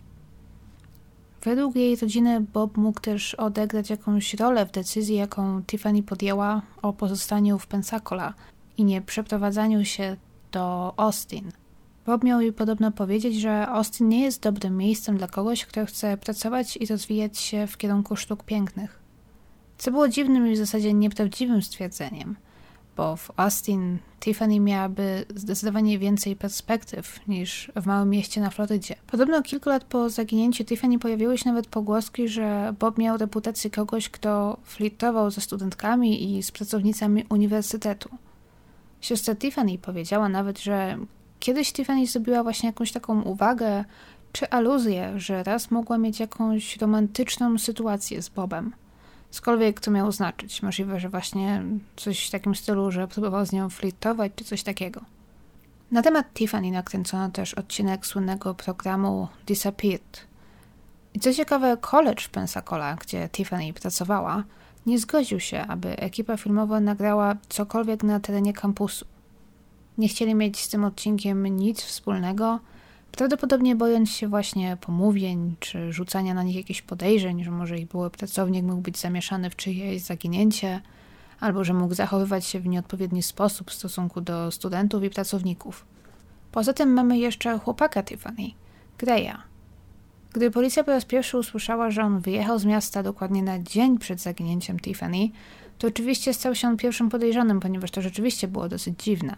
[SPEAKER 1] Według jej rodziny Bob mógł też odegrać jakąś rolę w decyzji, jaką Tiffany podjęła o pozostaniu w Pensacola i nie przeprowadzaniu się do Austin. Bob miał jej podobno powiedzieć, że Austin nie jest dobrym miejscem dla kogoś, kto chce pracować i rozwijać się w kierunku sztuk pięknych. Co było dziwnym i w zasadzie nieprawdziwym stwierdzeniem, bo w Austin Tiffany miałaby zdecydowanie więcej perspektyw niż w małym mieście na Florydzie. Podobno kilku lat po zaginięciu Tiffany pojawiły się nawet pogłoski, że Bob miał reputację kogoś, kto flirtował ze studentkami i z pracownicami uniwersytetu. Siostra Tiffany powiedziała nawet, że kiedyś Tiffany zrobiła właśnie jakąś taką uwagę czy aluzję, że raz mogła mieć jakąś romantyczną sytuację z Bobem. Cokolwiek to miało znaczyć. Możliwe, że właśnie coś w takim stylu, że próbował z nią flirtować, czy coś takiego. Na temat Tiffany nakręcono też odcinek słynnego programu Disappeared. I co ciekawe, college w Pensacola, gdzie Tiffany pracowała, nie zgodził się, aby ekipa filmowa nagrała cokolwiek na terenie kampusu. Nie chcieli mieć z tym odcinkiem nic wspólnego, prawdopodobnie bojąc się właśnie pomówień, czy rzucania na nich jakichś podejrzeń, że może ich były pracownik mógł być zamieszany w czyjeś zaginięcie, albo że mógł zachowywać się w nieodpowiedni sposób w stosunku do studentów i pracowników. Poza tym mamy jeszcze chłopaka Tiffany, Greya. Gdy policja po raz pierwszy usłyszała, że on wyjechał z miasta dokładnie na dzień przed zaginięciem Tiffany, to oczywiście stał się on pierwszym podejrzanym, ponieważ to rzeczywiście było dosyć dziwne.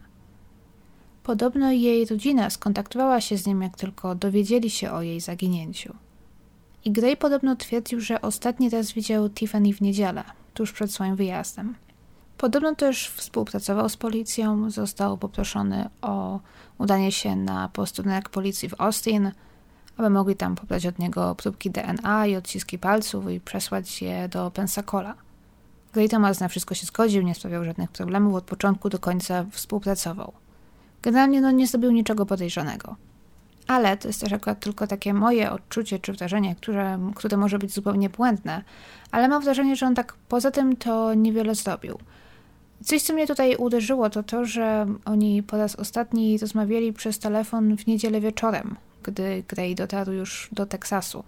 [SPEAKER 1] Podobno jej rodzina skontaktowała się z nim, jak tylko dowiedzieli się o jej zaginięciu. I Gray podobno twierdził, że ostatni raz widział Tiffany w niedzielę, tuż przed swoim wyjazdem. Podobno też współpracował z policją, został poproszony o udanie się na posterunek policji w Austin, aby mogli tam pobrać od niego próbki DNA i odciski palców i przesłać je do Pensacola. Gray Thomas na wszystko się zgodził, nie sprawiał żadnych problemów, od początku do końca współpracował. Generalnie nie zrobił niczego podejrzanego. Ale to jest też akurat tylko takie moje odczucie czy wrażenie, które może być zupełnie błędne, ale mam wrażenie, że on tak poza tym to niewiele zrobił. Coś, co mnie tutaj uderzyło, to to, że oni po raz ostatni rozmawiali przez telefon w niedzielę wieczorem, gdy Gray dotarł już do Teksasu,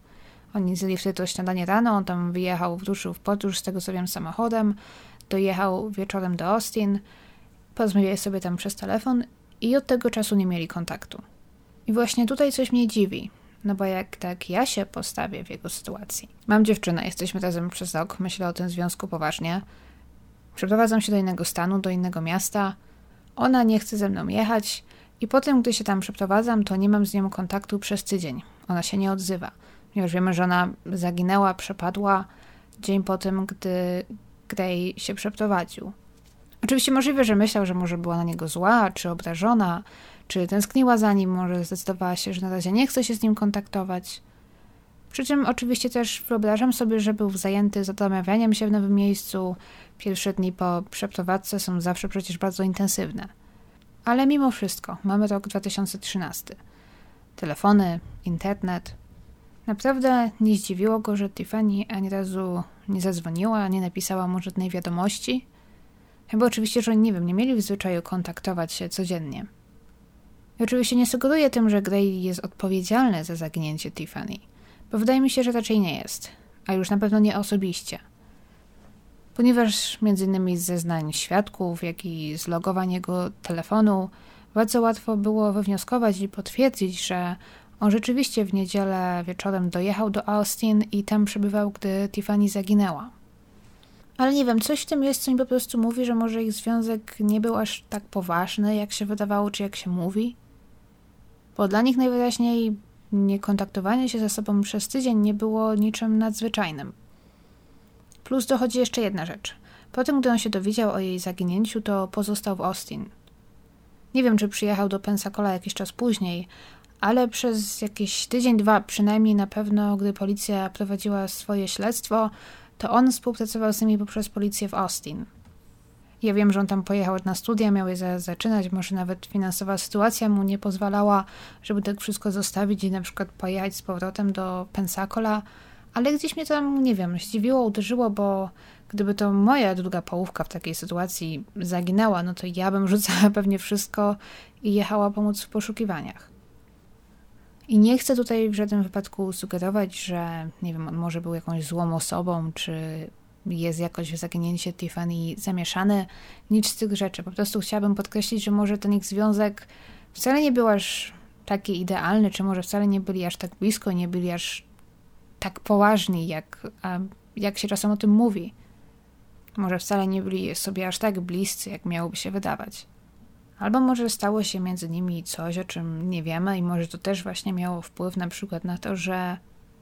[SPEAKER 2] Oni zjedli wtedy to śniadanie rano, on tam wyjechał, wyruszył w podróż, z tego co wiem, samochodem, dojechał wieczorem do Austin, porozmawiali sobie tam przez telefon i od tego czasu nie mieli kontaktu. I właśnie tutaj coś mnie dziwi, no bo jak tak ja się postawię w jego sytuacji. Mam dziewczynę, jesteśmy razem przez rok, myślę o tym związku poważnie. Przeprowadzam się do innego stanu, do innego miasta. Ona nie chce ze mną jechać i potem, gdy się tam przeprowadzam, to nie mam z nią kontaktu przez tydzień. Ona się nie odzywa. Już wiemy, że ona zaginęła, przepadła dzień po tym, gdy Gray się przeprowadził. Oczywiście możliwe, że myślał, że może była na niego zła, czy obrażona, czy tęskniła za nim, może zdecydowała się, że na razie nie chce się z nim kontaktować. Przy czym oczywiście też wyobrażam sobie, że był zajęty zastanawianiem się w nowym miejscu. Pierwsze dni po przeprowadzce są zawsze przecież bardzo intensywne. Ale mimo wszystko, mamy rok 2013. Telefony, internet. Naprawdę nie zdziwiło go, że Tiffany ani razu nie zadzwoniła, nie napisała mu żadnej wiadomości. Chyba oczywiście, że nie mieli w zwyczaju kontaktować się codziennie. I oczywiście nie sugeruję tym, że Gray jest odpowiedzialny za zaginięcie Tiffany, bo wydaje mi się, że raczej nie jest, a już na pewno nie osobiście. Ponieważ m.in. z zeznań świadków, jak i z logowań jego telefonu bardzo łatwo było wywnioskować i potwierdzić, że on rzeczywiście w niedzielę wieczorem dojechał do Austin i tam przebywał, gdy Tiffany zaginęła. Ale nie wiem, coś w tym jest, co mi po prostu mówi, że może ich związek nie był aż tak poważny, jak się wydawało, czy jak się mówi. Bo dla nich najwyraźniej niekontaktowanie się ze sobą przez tydzień nie było niczym nadzwyczajnym. Plus dochodzi jeszcze jedna rzecz. Po tym, gdy on się dowiedział o jej zaginięciu, to pozostał w Austin. Nie wiem, czy przyjechał do Pensacola jakiś czas później, ale przez jakiś tydzień, dwa przynajmniej na pewno, gdy policja prowadziła swoje śledztwo, to on współpracował z nimi poprzez policję w Austin. Ja wiem, że on tam pojechał na studia, miał je zaczynać, może nawet finansowa sytuacja mu nie pozwalała, żeby tak wszystko zostawić i na przykład pojechać z powrotem do Pensacola, ale gdzieś mnie tam, nie wiem, zdziwiło, uderzyło, bo gdyby to moja druga połówka w takiej sytuacji zaginęła, no to ja bym rzucała pewnie wszystko i jechała pomóc w poszukiwaniach. I nie chcę tutaj w żadnym wypadku sugerować, że, nie wiem, on może był jakąś złą osobą, czy jest jakoś w zaginięcie Tiffany zamieszany. Nic z tych rzeczy. Po prostu chciałabym podkreślić, że może ten ich związek wcale nie był aż taki idealny, czy może wcale nie byli aż tak blisko, nie byli aż tak poważni, jak się czasem o tym mówi. Może wcale nie byli sobie aż tak bliscy, jak miałoby się wydawać. Albo może stało się między nimi coś, o czym nie wiemy i może to też właśnie miało wpływ na przykład na to, że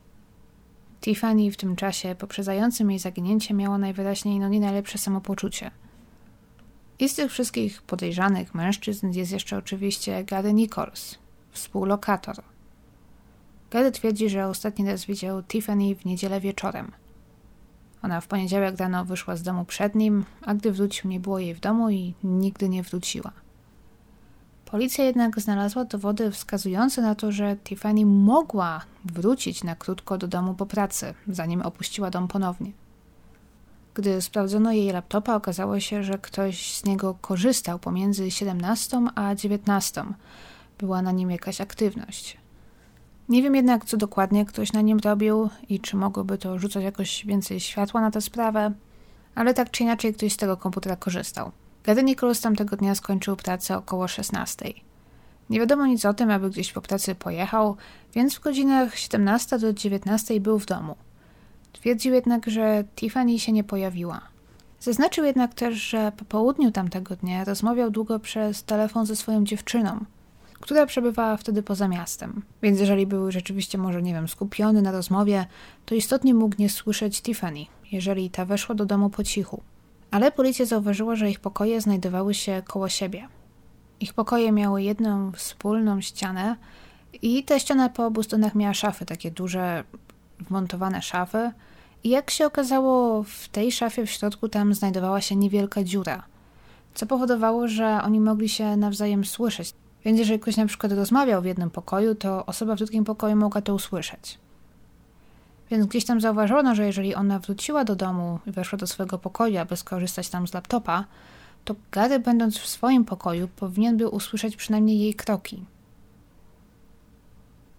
[SPEAKER 2] Tiffany w tym czasie poprzedzającym jej zaginięcie miała najwyraźniej nie najlepsze samopoczucie. I z tych wszystkich podejrzanych mężczyzn jest jeszcze oczywiście Gary Nichols, współlokator. Gary twierdzi, że ostatni raz widział Tiffany w niedzielę wieczorem. Ona w poniedziałek rano wyszła z domu przed nim, a gdy wrócił, nie było jej w domu i nigdy nie wróciła. Policja jednak znalazła dowody wskazujące na to, że Tiffany mogła wrócić na krótko do domu po pracy, zanim opuściła dom ponownie. Gdy sprawdzono jej laptopa, okazało się, że ktoś z niego korzystał pomiędzy 17 a 19. Była na nim jakaś aktywność. Nie wiem jednak, co dokładnie ktoś na nim robił i czy mogłoby to rzucać jakoś więcej światła na tę sprawę, ale tak czy inaczej ktoś z tego komputera korzystał. Gary Nichols tamtego dnia skończył pracę około 16. Nie wiadomo nic o tym, aby gdzieś po pracy pojechał, więc w godzinach 17 do 19 był w domu. Twierdził jednak, że Tiffany się nie pojawiła. Zaznaczył jednak też, że po południu tamtego dnia rozmawiał długo przez telefon ze swoją dziewczyną, która przebywała wtedy poza miastem. Więc jeżeli był rzeczywiście może, nie wiem, skupiony na rozmowie, to istotnie mógł nie słyszeć Tiffany, jeżeli ta weszła do domu po cichu. Ale policja zauważyła, że ich pokoje znajdowały się koło siebie. Ich pokoje miały jedną wspólną ścianę i ta ściana po obu stronach miała szafy, takie duże, wmontowane szafy. I jak się okazało, w tej szafie w środku tam znajdowała się niewielka dziura, co powodowało, że oni mogli się nawzajem słyszeć. Więc jeżeli ktoś na przykład rozmawiał w jednym pokoju, to osoba w drugim pokoju mogła to usłyszeć. Więc gdzieś tam zauważono, że jeżeli ona wróciła do domu i weszła do swojego pokoju, aby skorzystać tam z laptopa, to Gary, będąc w swoim pokoju, powinien był usłyszeć przynajmniej jej kroki.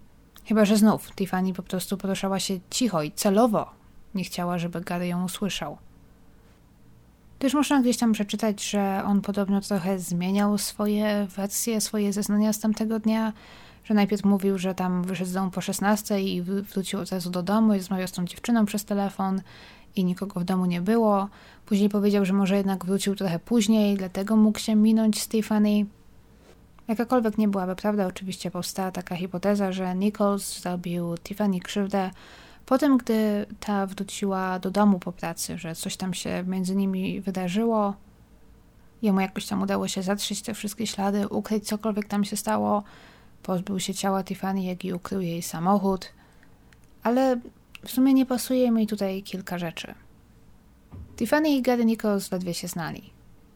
[SPEAKER 2] Chyba że znów Tiffany po prostu poruszała się cicho i celowo nie chciała, żeby Gary ją usłyszał. Też można gdzieś tam przeczytać, że on podobno trochę zmieniał swoje wersje, swoje zeznania z tamtego dnia, że najpierw mówił, że tam wyszedł z domu po 16 i wrócił od razu do domu i rozmawiał z tą dziewczyną przez telefon i nikogo w domu nie było. Później powiedział, że może jednak wrócił trochę później, dlatego mógł się minąć z Tiffany. Jakakolwiek nie byłaby prawda, oczywiście powstała taka hipoteza, że Nichols zrobił Tiffany krzywdę po tym, gdy ta wróciła do domu po pracy, że coś tam się między nimi wydarzyło. Jemu jakoś tam udało się zatrzeć te wszystkie ślady, ukryć cokolwiek tam się stało. Pozbył się ciała Tiffany, jak i ukrył jej samochód. Ale w sumie nie pasuje mi tutaj kilka rzeczy. Tiffany i Gary Nichols ledwie się znali.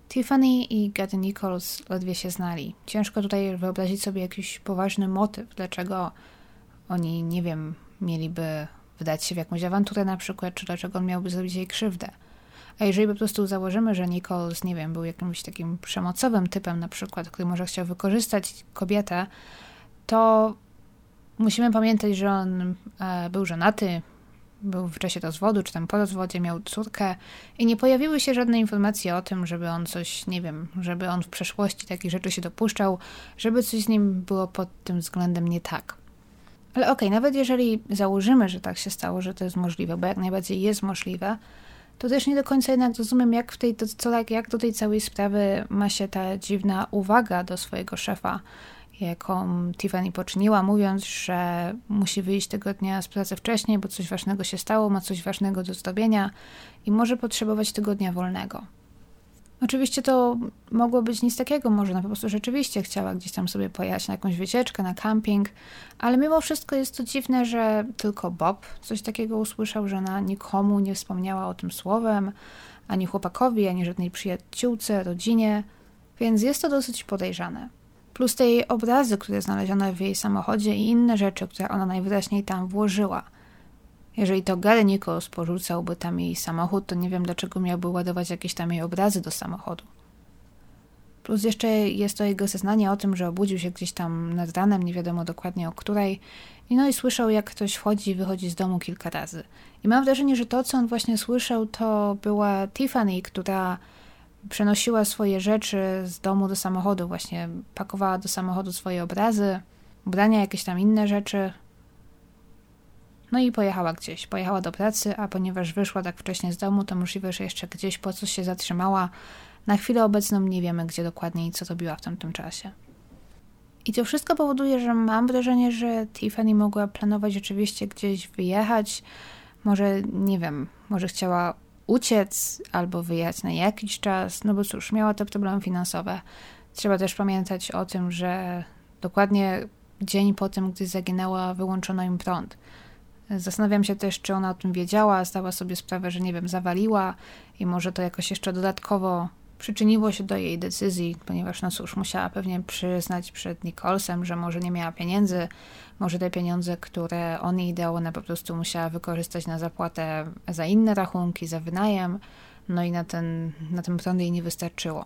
[SPEAKER 2] Ciężko tutaj wyobrazić sobie jakiś poważny motyw, dlaczego oni, nie wiem, mieliby wdać się w jakąś awanturę na przykład, czy dlaczego on miałby zrobić jej krzywdę. A jeżeli po prostu założymy, że Nichols, nie wiem, był jakimś takim przemocowym typem na przykład, który może chciał wykorzystać kobietę, to musimy pamiętać, że on był żonaty, był w czasie rozwodu, czy tam po rozwodzie, miał córkę i nie pojawiły się żadne informacje o tym, żeby on coś, nie wiem, żeby on w przeszłości takich rzeczy się dopuszczał, żeby coś z nim było pod tym względem nie tak. Ale okej, nawet jeżeli założymy, że tak się stało, że to jest możliwe, bo jak najbardziej jest możliwe, to też nie do końca jednak rozumiem, jak do tej całej sprawy ma się ta dziwna uwaga do swojego szefa, jaką Tiffany poczyniła, mówiąc, że musi wyjść tego dnia z pracy wcześniej, bo coś ważnego się stało, ma coś ważnego do zrobienia i może potrzebować tego dnia wolnego. Oczywiście to mogło być nic takiego, może ona po prostu rzeczywiście chciała gdzieś tam sobie pojechać na jakąś wycieczkę, na camping, ale mimo wszystko jest to dziwne, że tylko Bob coś takiego usłyszał, że ona nikomu nie wspomniała o tym słowem, ani chłopakowi, ani żadnej przyjaciółce, rodzinie, więc jest to dosyć podejrzane. Plus te jej obrazy, które znaleziono w jej samochodzie i inne rzeczy, które ona najwyraźniej tam włożyła. Jeżeli to Gary Nichols porzucałby tam jej samochód, to nie wiem, dlaczego miałby ładować jakieś tam jej obrazy do samochodu. Plus jeszcze jest to jego zeznanie o tym, że obudził się gdzieś tam nad ranem, nie wiadomo dokładnie o której, i słyszał, jak ktoś wchodzi i wychodzi z domu kilka razy. I mam wrażenie, że to, co on właśnie słyszał, to była Tiffany, która przenosiła swoje rzeczy z domu do samochodu, właśnie pakowała do samochodu swoje obrazy, ubrania, jakieś tam inne rzeczy. No i pojechała gdzieś, pojechała do pracy, a ponieważ wyszła tak wcześnie z domu, to możliwe, że jeszcze gdzieś po coś się zatrzymała. Na chwilę obecną nie wiemy, gdzie dokładnie i co robiła w tamtym czasie. I to wszystko powoduje, że mam wrażenie, że Tiffany mogła planować rzeczywiście gdzieś wyjechać. Może, nie wiem, może chciała uciec albo wyjechać na jakiś czas, no bo cóż, miała te problemy finansowe. Trzeba też pamiętać o tym, że dokładnie dzień po tym, gdy zaginęła, wyłączono im prąd. Zastanawiam się też, czy ona o tym wiedziała, zdała sobie sprawę, że nie wiem, zawaliła i może to jakoś jeszcze dodatkowo przyczyniło się do jej decyzji, ponieważ no cóż, musiała pewnie przyznać przed Nicholsem, że może nie miała pieniędzy, może te pieniądze, które on jej dał, ona po prostu musiała wykorzystać na zapłatę za inne rachunki, za wynajem, no i na ten prąd jej nie wystarczyło.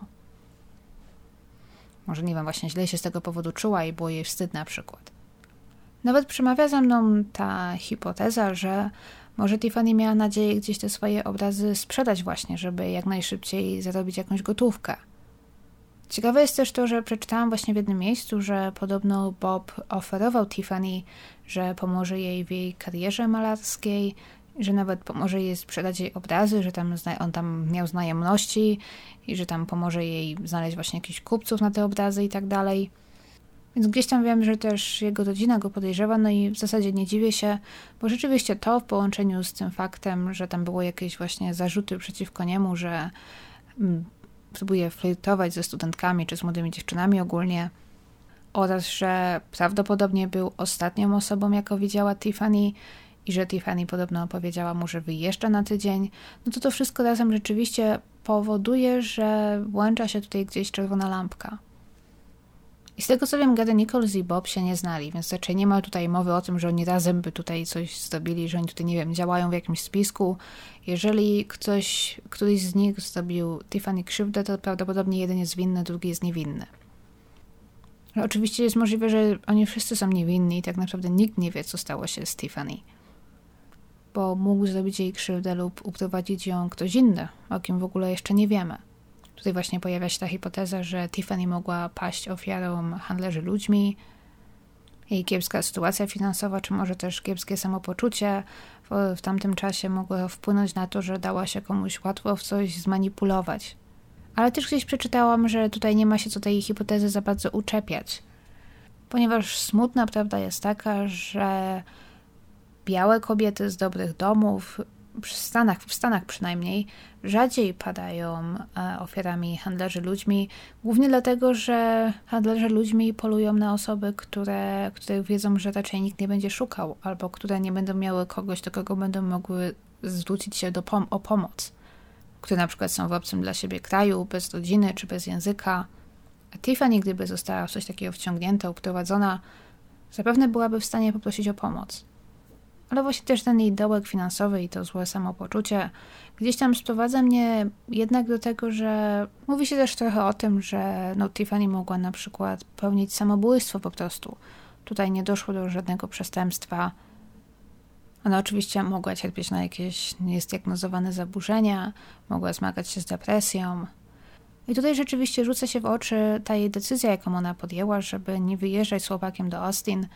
[SPEAKER 2] Może nie wiem, właśnie źle się z tego powodu czuła i było jej wstyd na przykład. Nawet przemawia za mną ta hipoteza, że może Tiffany miała nadzieję gdzieś te swoje obrazy sprzedać właśnie, żeby jak najszybciej zarobić jakąś gotówkę. Ciekawe jest też to, że przeczytałam właśnie w jednym miejscu, że podobno Bob oferował Tiffany, że pomoże jej w jej karierze malarskiej, że nawet pomoże jej sprzedać jej obrazy, że on tam miał znajomości i że tam pomoże jej znaleźć właśnie jakichś kupców na te obrazy i tak dalej. Więc gdzieś tam wiem, że też jego rodzina go podejrzewa, no i w zasadzie nie dziwię się, bo rzeczywiście to w połączeniu z tym faktem, że tam było jakieś właśnie zarzuty przeciwko niemu, że próbuje flirtować ze studentkami czy z młodymi dziewczynami ogólnie oraz, że prawdopodobnie był ostatnią osobą, jaką widziała Tiffany i że Tiffany podobno powiedziała mu, że wyjeżdża na tydzień, no to wszystko razem rzeczywiście powoduje, że włącza się tutaj gdzieś czerwona lampka. I z tego co wiem, Gary Nichols i Bob się nie znali, więc raczej nie ma tutaj mowy o tym, że oni razem by tutaj coś zrobili, że oni tutaj, nie wiem, działają w jakimś spisku. Jeżeli któryś z nich zrobił Tiffany krzywdę, to prawdopodobnie jeden jest winny, drugi jest niewinny. Ale oczywiście jest możliwe, że oni wszyscy są niewinni i tak naprawdę nikt nie wie, co stało się z Tiffany. Bo mógł zrobić jej krzywdę lub uprowadzić ją ktoś inny, o kim w ogóle jeszcze nie wiemy. Tutaj właśnie pojawia się ta hipoteza, że Tiffany mogła paść ofiarą handlarzy ludźmi, jej kiepska sytuacja finansowa, czy może też kiepskie samopoczucie w tamtym czasie mogło wpłynąć na to, że dała się komuś łatwo w coś zmanipulować. Ale też gdzieś przeczytałam, że tutaj nie ma się co tej hipotezy za bardzo uczepiać. Ponieważ smutna prawda jest taka, że białe kobiety z dobrych domów, w Stanach przynajmniej, rzadziej padają ofiarami handlarzy ludźmi, głównie dlatego, że handlarze ludźmi polują na osoby, które wiedzą, że raczej nikt nie będzie szukał, albo które nie będą miały kogoś, do kogo będą mogły zwrócić się o pomoc, które na przykład są w obcym dla siebie kraju, bez rodziny czy bez języka. A Tiffany, gdyby została w coś takiego wciągnięta, uprowadzona, zapewne byłaby w stanie poprosić o pomoc. Ale właśnie też ten jej dołek finansowy i to złe samopoczucie gdzieś tam sprowadza mnie jednak do tego, że mówi się też trochę o tym, że Tiffany mogła na przykład popełnić samobójstwo po prostu. Tutaj nie doszło do żadnego przestępstwa. Ona oczywiście mogła cierpieć na jakieś niezdiagnozowane zaburzenia, mogła zmagać się z depresją. I tutaj rzeczywiście rzuca się w oczy ta jej decyzja, jaką ona podjęła, żeby nie wyjeżdżać z chłopakiem do Austin.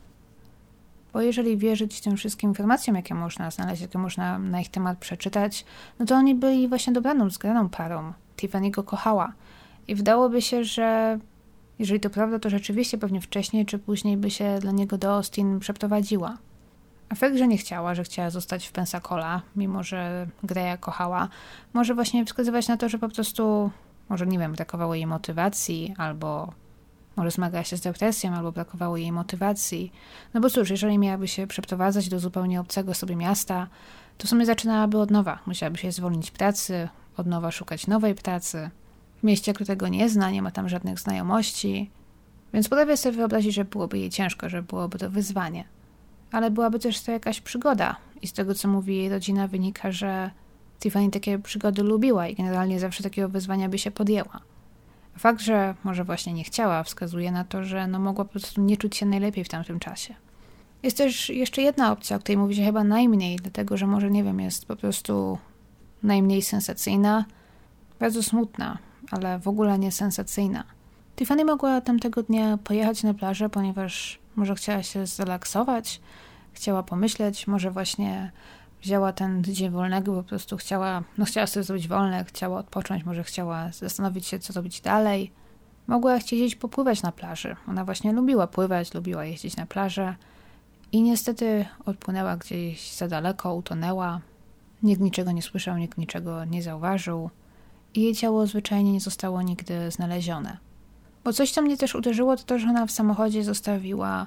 [SPEAKER 2] Bo jeżeli wierzyć tym wszystkim informacjom, jakie można znaleźć, jakie można na ich temat przeczytać, to oni byli właśnie dobraną, zgraną parą. Tiffany go kochała. I wydałoby się, że jeżeli to prawda, to rzeczywiście pewnie wcześniej czy później by się dla niego do Austin przeprowadziła. A fakt, że nie chciała, że chciała zostać w Pensacola, mimo że Greya kochała, może właśnie wskazywać na to, że po prostu, może nie wiem, brakowało jej motywacji, albo może zmagała się z depresją, albo brakowało jej motywacji. No bo cóż, jeżeli miałaby się przeprowadzać do zupełnie obcego sobie miasta, to w sumie zaczynałaby od nowa. Musiałaby się zwolnić pracy, od nowa szukać nowej pracy. W mieście, którego nie zna, nie ma tam żadnych znajomości. Więc potrafię sobie wyobrazić, że byłoby jej ciężko, że byłoby to wyzwanie. Ale byłaby też to jakaś przygoda. I z tego, co mówi jej rodzina, wynika, że Tiffany takie przygody lubiła i generalnie zawsze takiego wyzwania by się podjęła. Fakt, że może właśnie nie chciała, wskazuje na to, że mogła po prostu nie czuć się najlepiej w tamtym czasie. Jest też jeszcze jedna opcja, o której mówi się chyba najmniej, dlatego że może, nie wiem, jest po prostu najmniej sensacyjna, bardzo smutna, ale w ogóle nie sensacyjna. Tiffany mogła tamtego dnia pojechać na plażę, ponieważ może chciała się zrelaksować, chciała pomyśleć, może właśnie wzięła ten tydzień wolnego, po prostu chciała sobie zrobić wolne, chciała odpocząć, może chciała zastanowić się, co robić dalej. Mogła chcieć popływać na plaży. Ona właśnie lubiła pływać, lubiła jeździć na plażę i niestety odpłynęła gdzieś za daleko, utonęła. Nikt niczego nie słyszał, nikt niczego nie zauważył i jej ciało zwyczajnie nie zostało nigdy znalezione. Bo coś, co mnie też uderzyło, to to, że ona w samochodzie zostawiła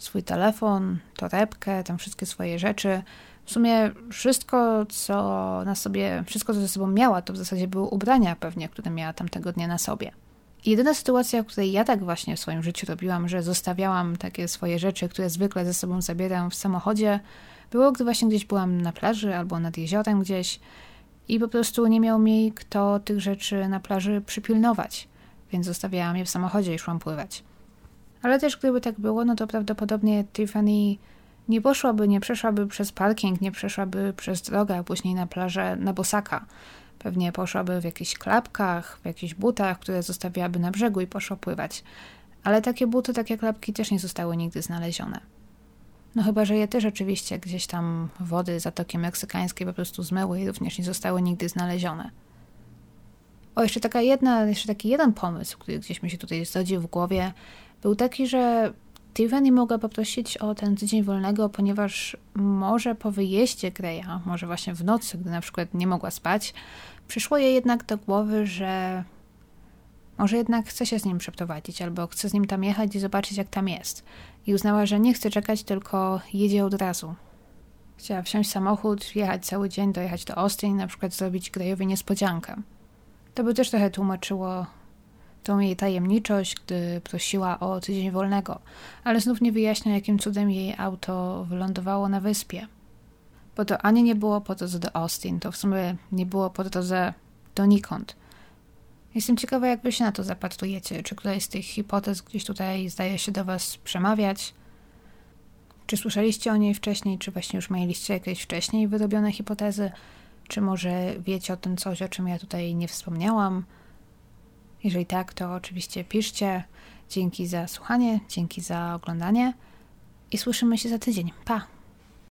[SPEAKER 2] swój torebkę, tam wszystkie swoje rzeczy. W sumie wszystko, co ze sobą miała, to w zasadzie były ubrania pewnie, które miała tamtego dnia na sobie. I jedyna sytuacja, w której ja tak właśnie w swoim życiu robiłam, że zostawiałam takie swoje rzeczy, które zwykle ze sobą zabieram w samochodzie, było, gdy właśnie gdzieś byłam na plaży albo nad jeziorem gdzieś i po prostu nie miał mi kto tych rzeczy na plaży przypilnować, więc zostawiałam je w samochodzie i szłam pływać. Ale też gdyby tak było, to prawdopodobnie Tiffany nie przeszłaby przez parking, nie przeszłaby przez drogę, a później na plażę na bosaka. Pewnie poszłaby w jakichś klapkach, w jakichś butach, które zostawiałaby na brzegu i poszła pływać. Ale takie buty, takie klapki też nie zostały nigdy znalezione. Chyba, że je też oczywiście gdzieś tam wody Zatoki Meksykańskiej po prostu zmyły i również nie zostały nigdy znalezione. Jeszcze taki jeden pomysł, który gdzieś mi się tutaj zrodził w głowie, był taki, że Tiffany mogła poprosić o ten tydzień wolnego, ponieważ może po wyjeździe Greya, może właśnie w nocy, gdy na przykład nie mogła spać, przyszło jej jednak do głowy, że może jednak chce się z nim przeprowadzić, albo chce z nim tam jechać i zobaczyć, jak tam jest. I uznała, że nie chce czekać, tylko jedzie od razu. Chciała wsiąść w samochód, jechać cały dzień, dojechać do Austin i na przykład zrobić Greyowi niespodziankę. To by też trochę tłumaczyło tą jej tajemniczość, gdy prosiła o tydzień wolnego, ale znów nie wyjaśnia, jakim cudem jej auto wylądowało na wyspie. Bo to ani nie było po drodze do Austin, to w sumie nie było po drodze donikąd. Jestem ciekawa, jak wy się na to zapatrujecie. Czy któraś z tych hipotez gdzieś tutaj zdaje się do was przemawiać? Czy słyszeliście o niej wcześniej, czy właśnie już mieliście jakieś wcześniej wyrobione hipotezy? Czy może wiecie o tym coś, o czym ja tutaj nie wspomniałam? Jeżeli tak, to oczywiście piszcie. Dzięki za słuchanie, dzięki za oglądanie i słyszymy się za tydzień. Pa!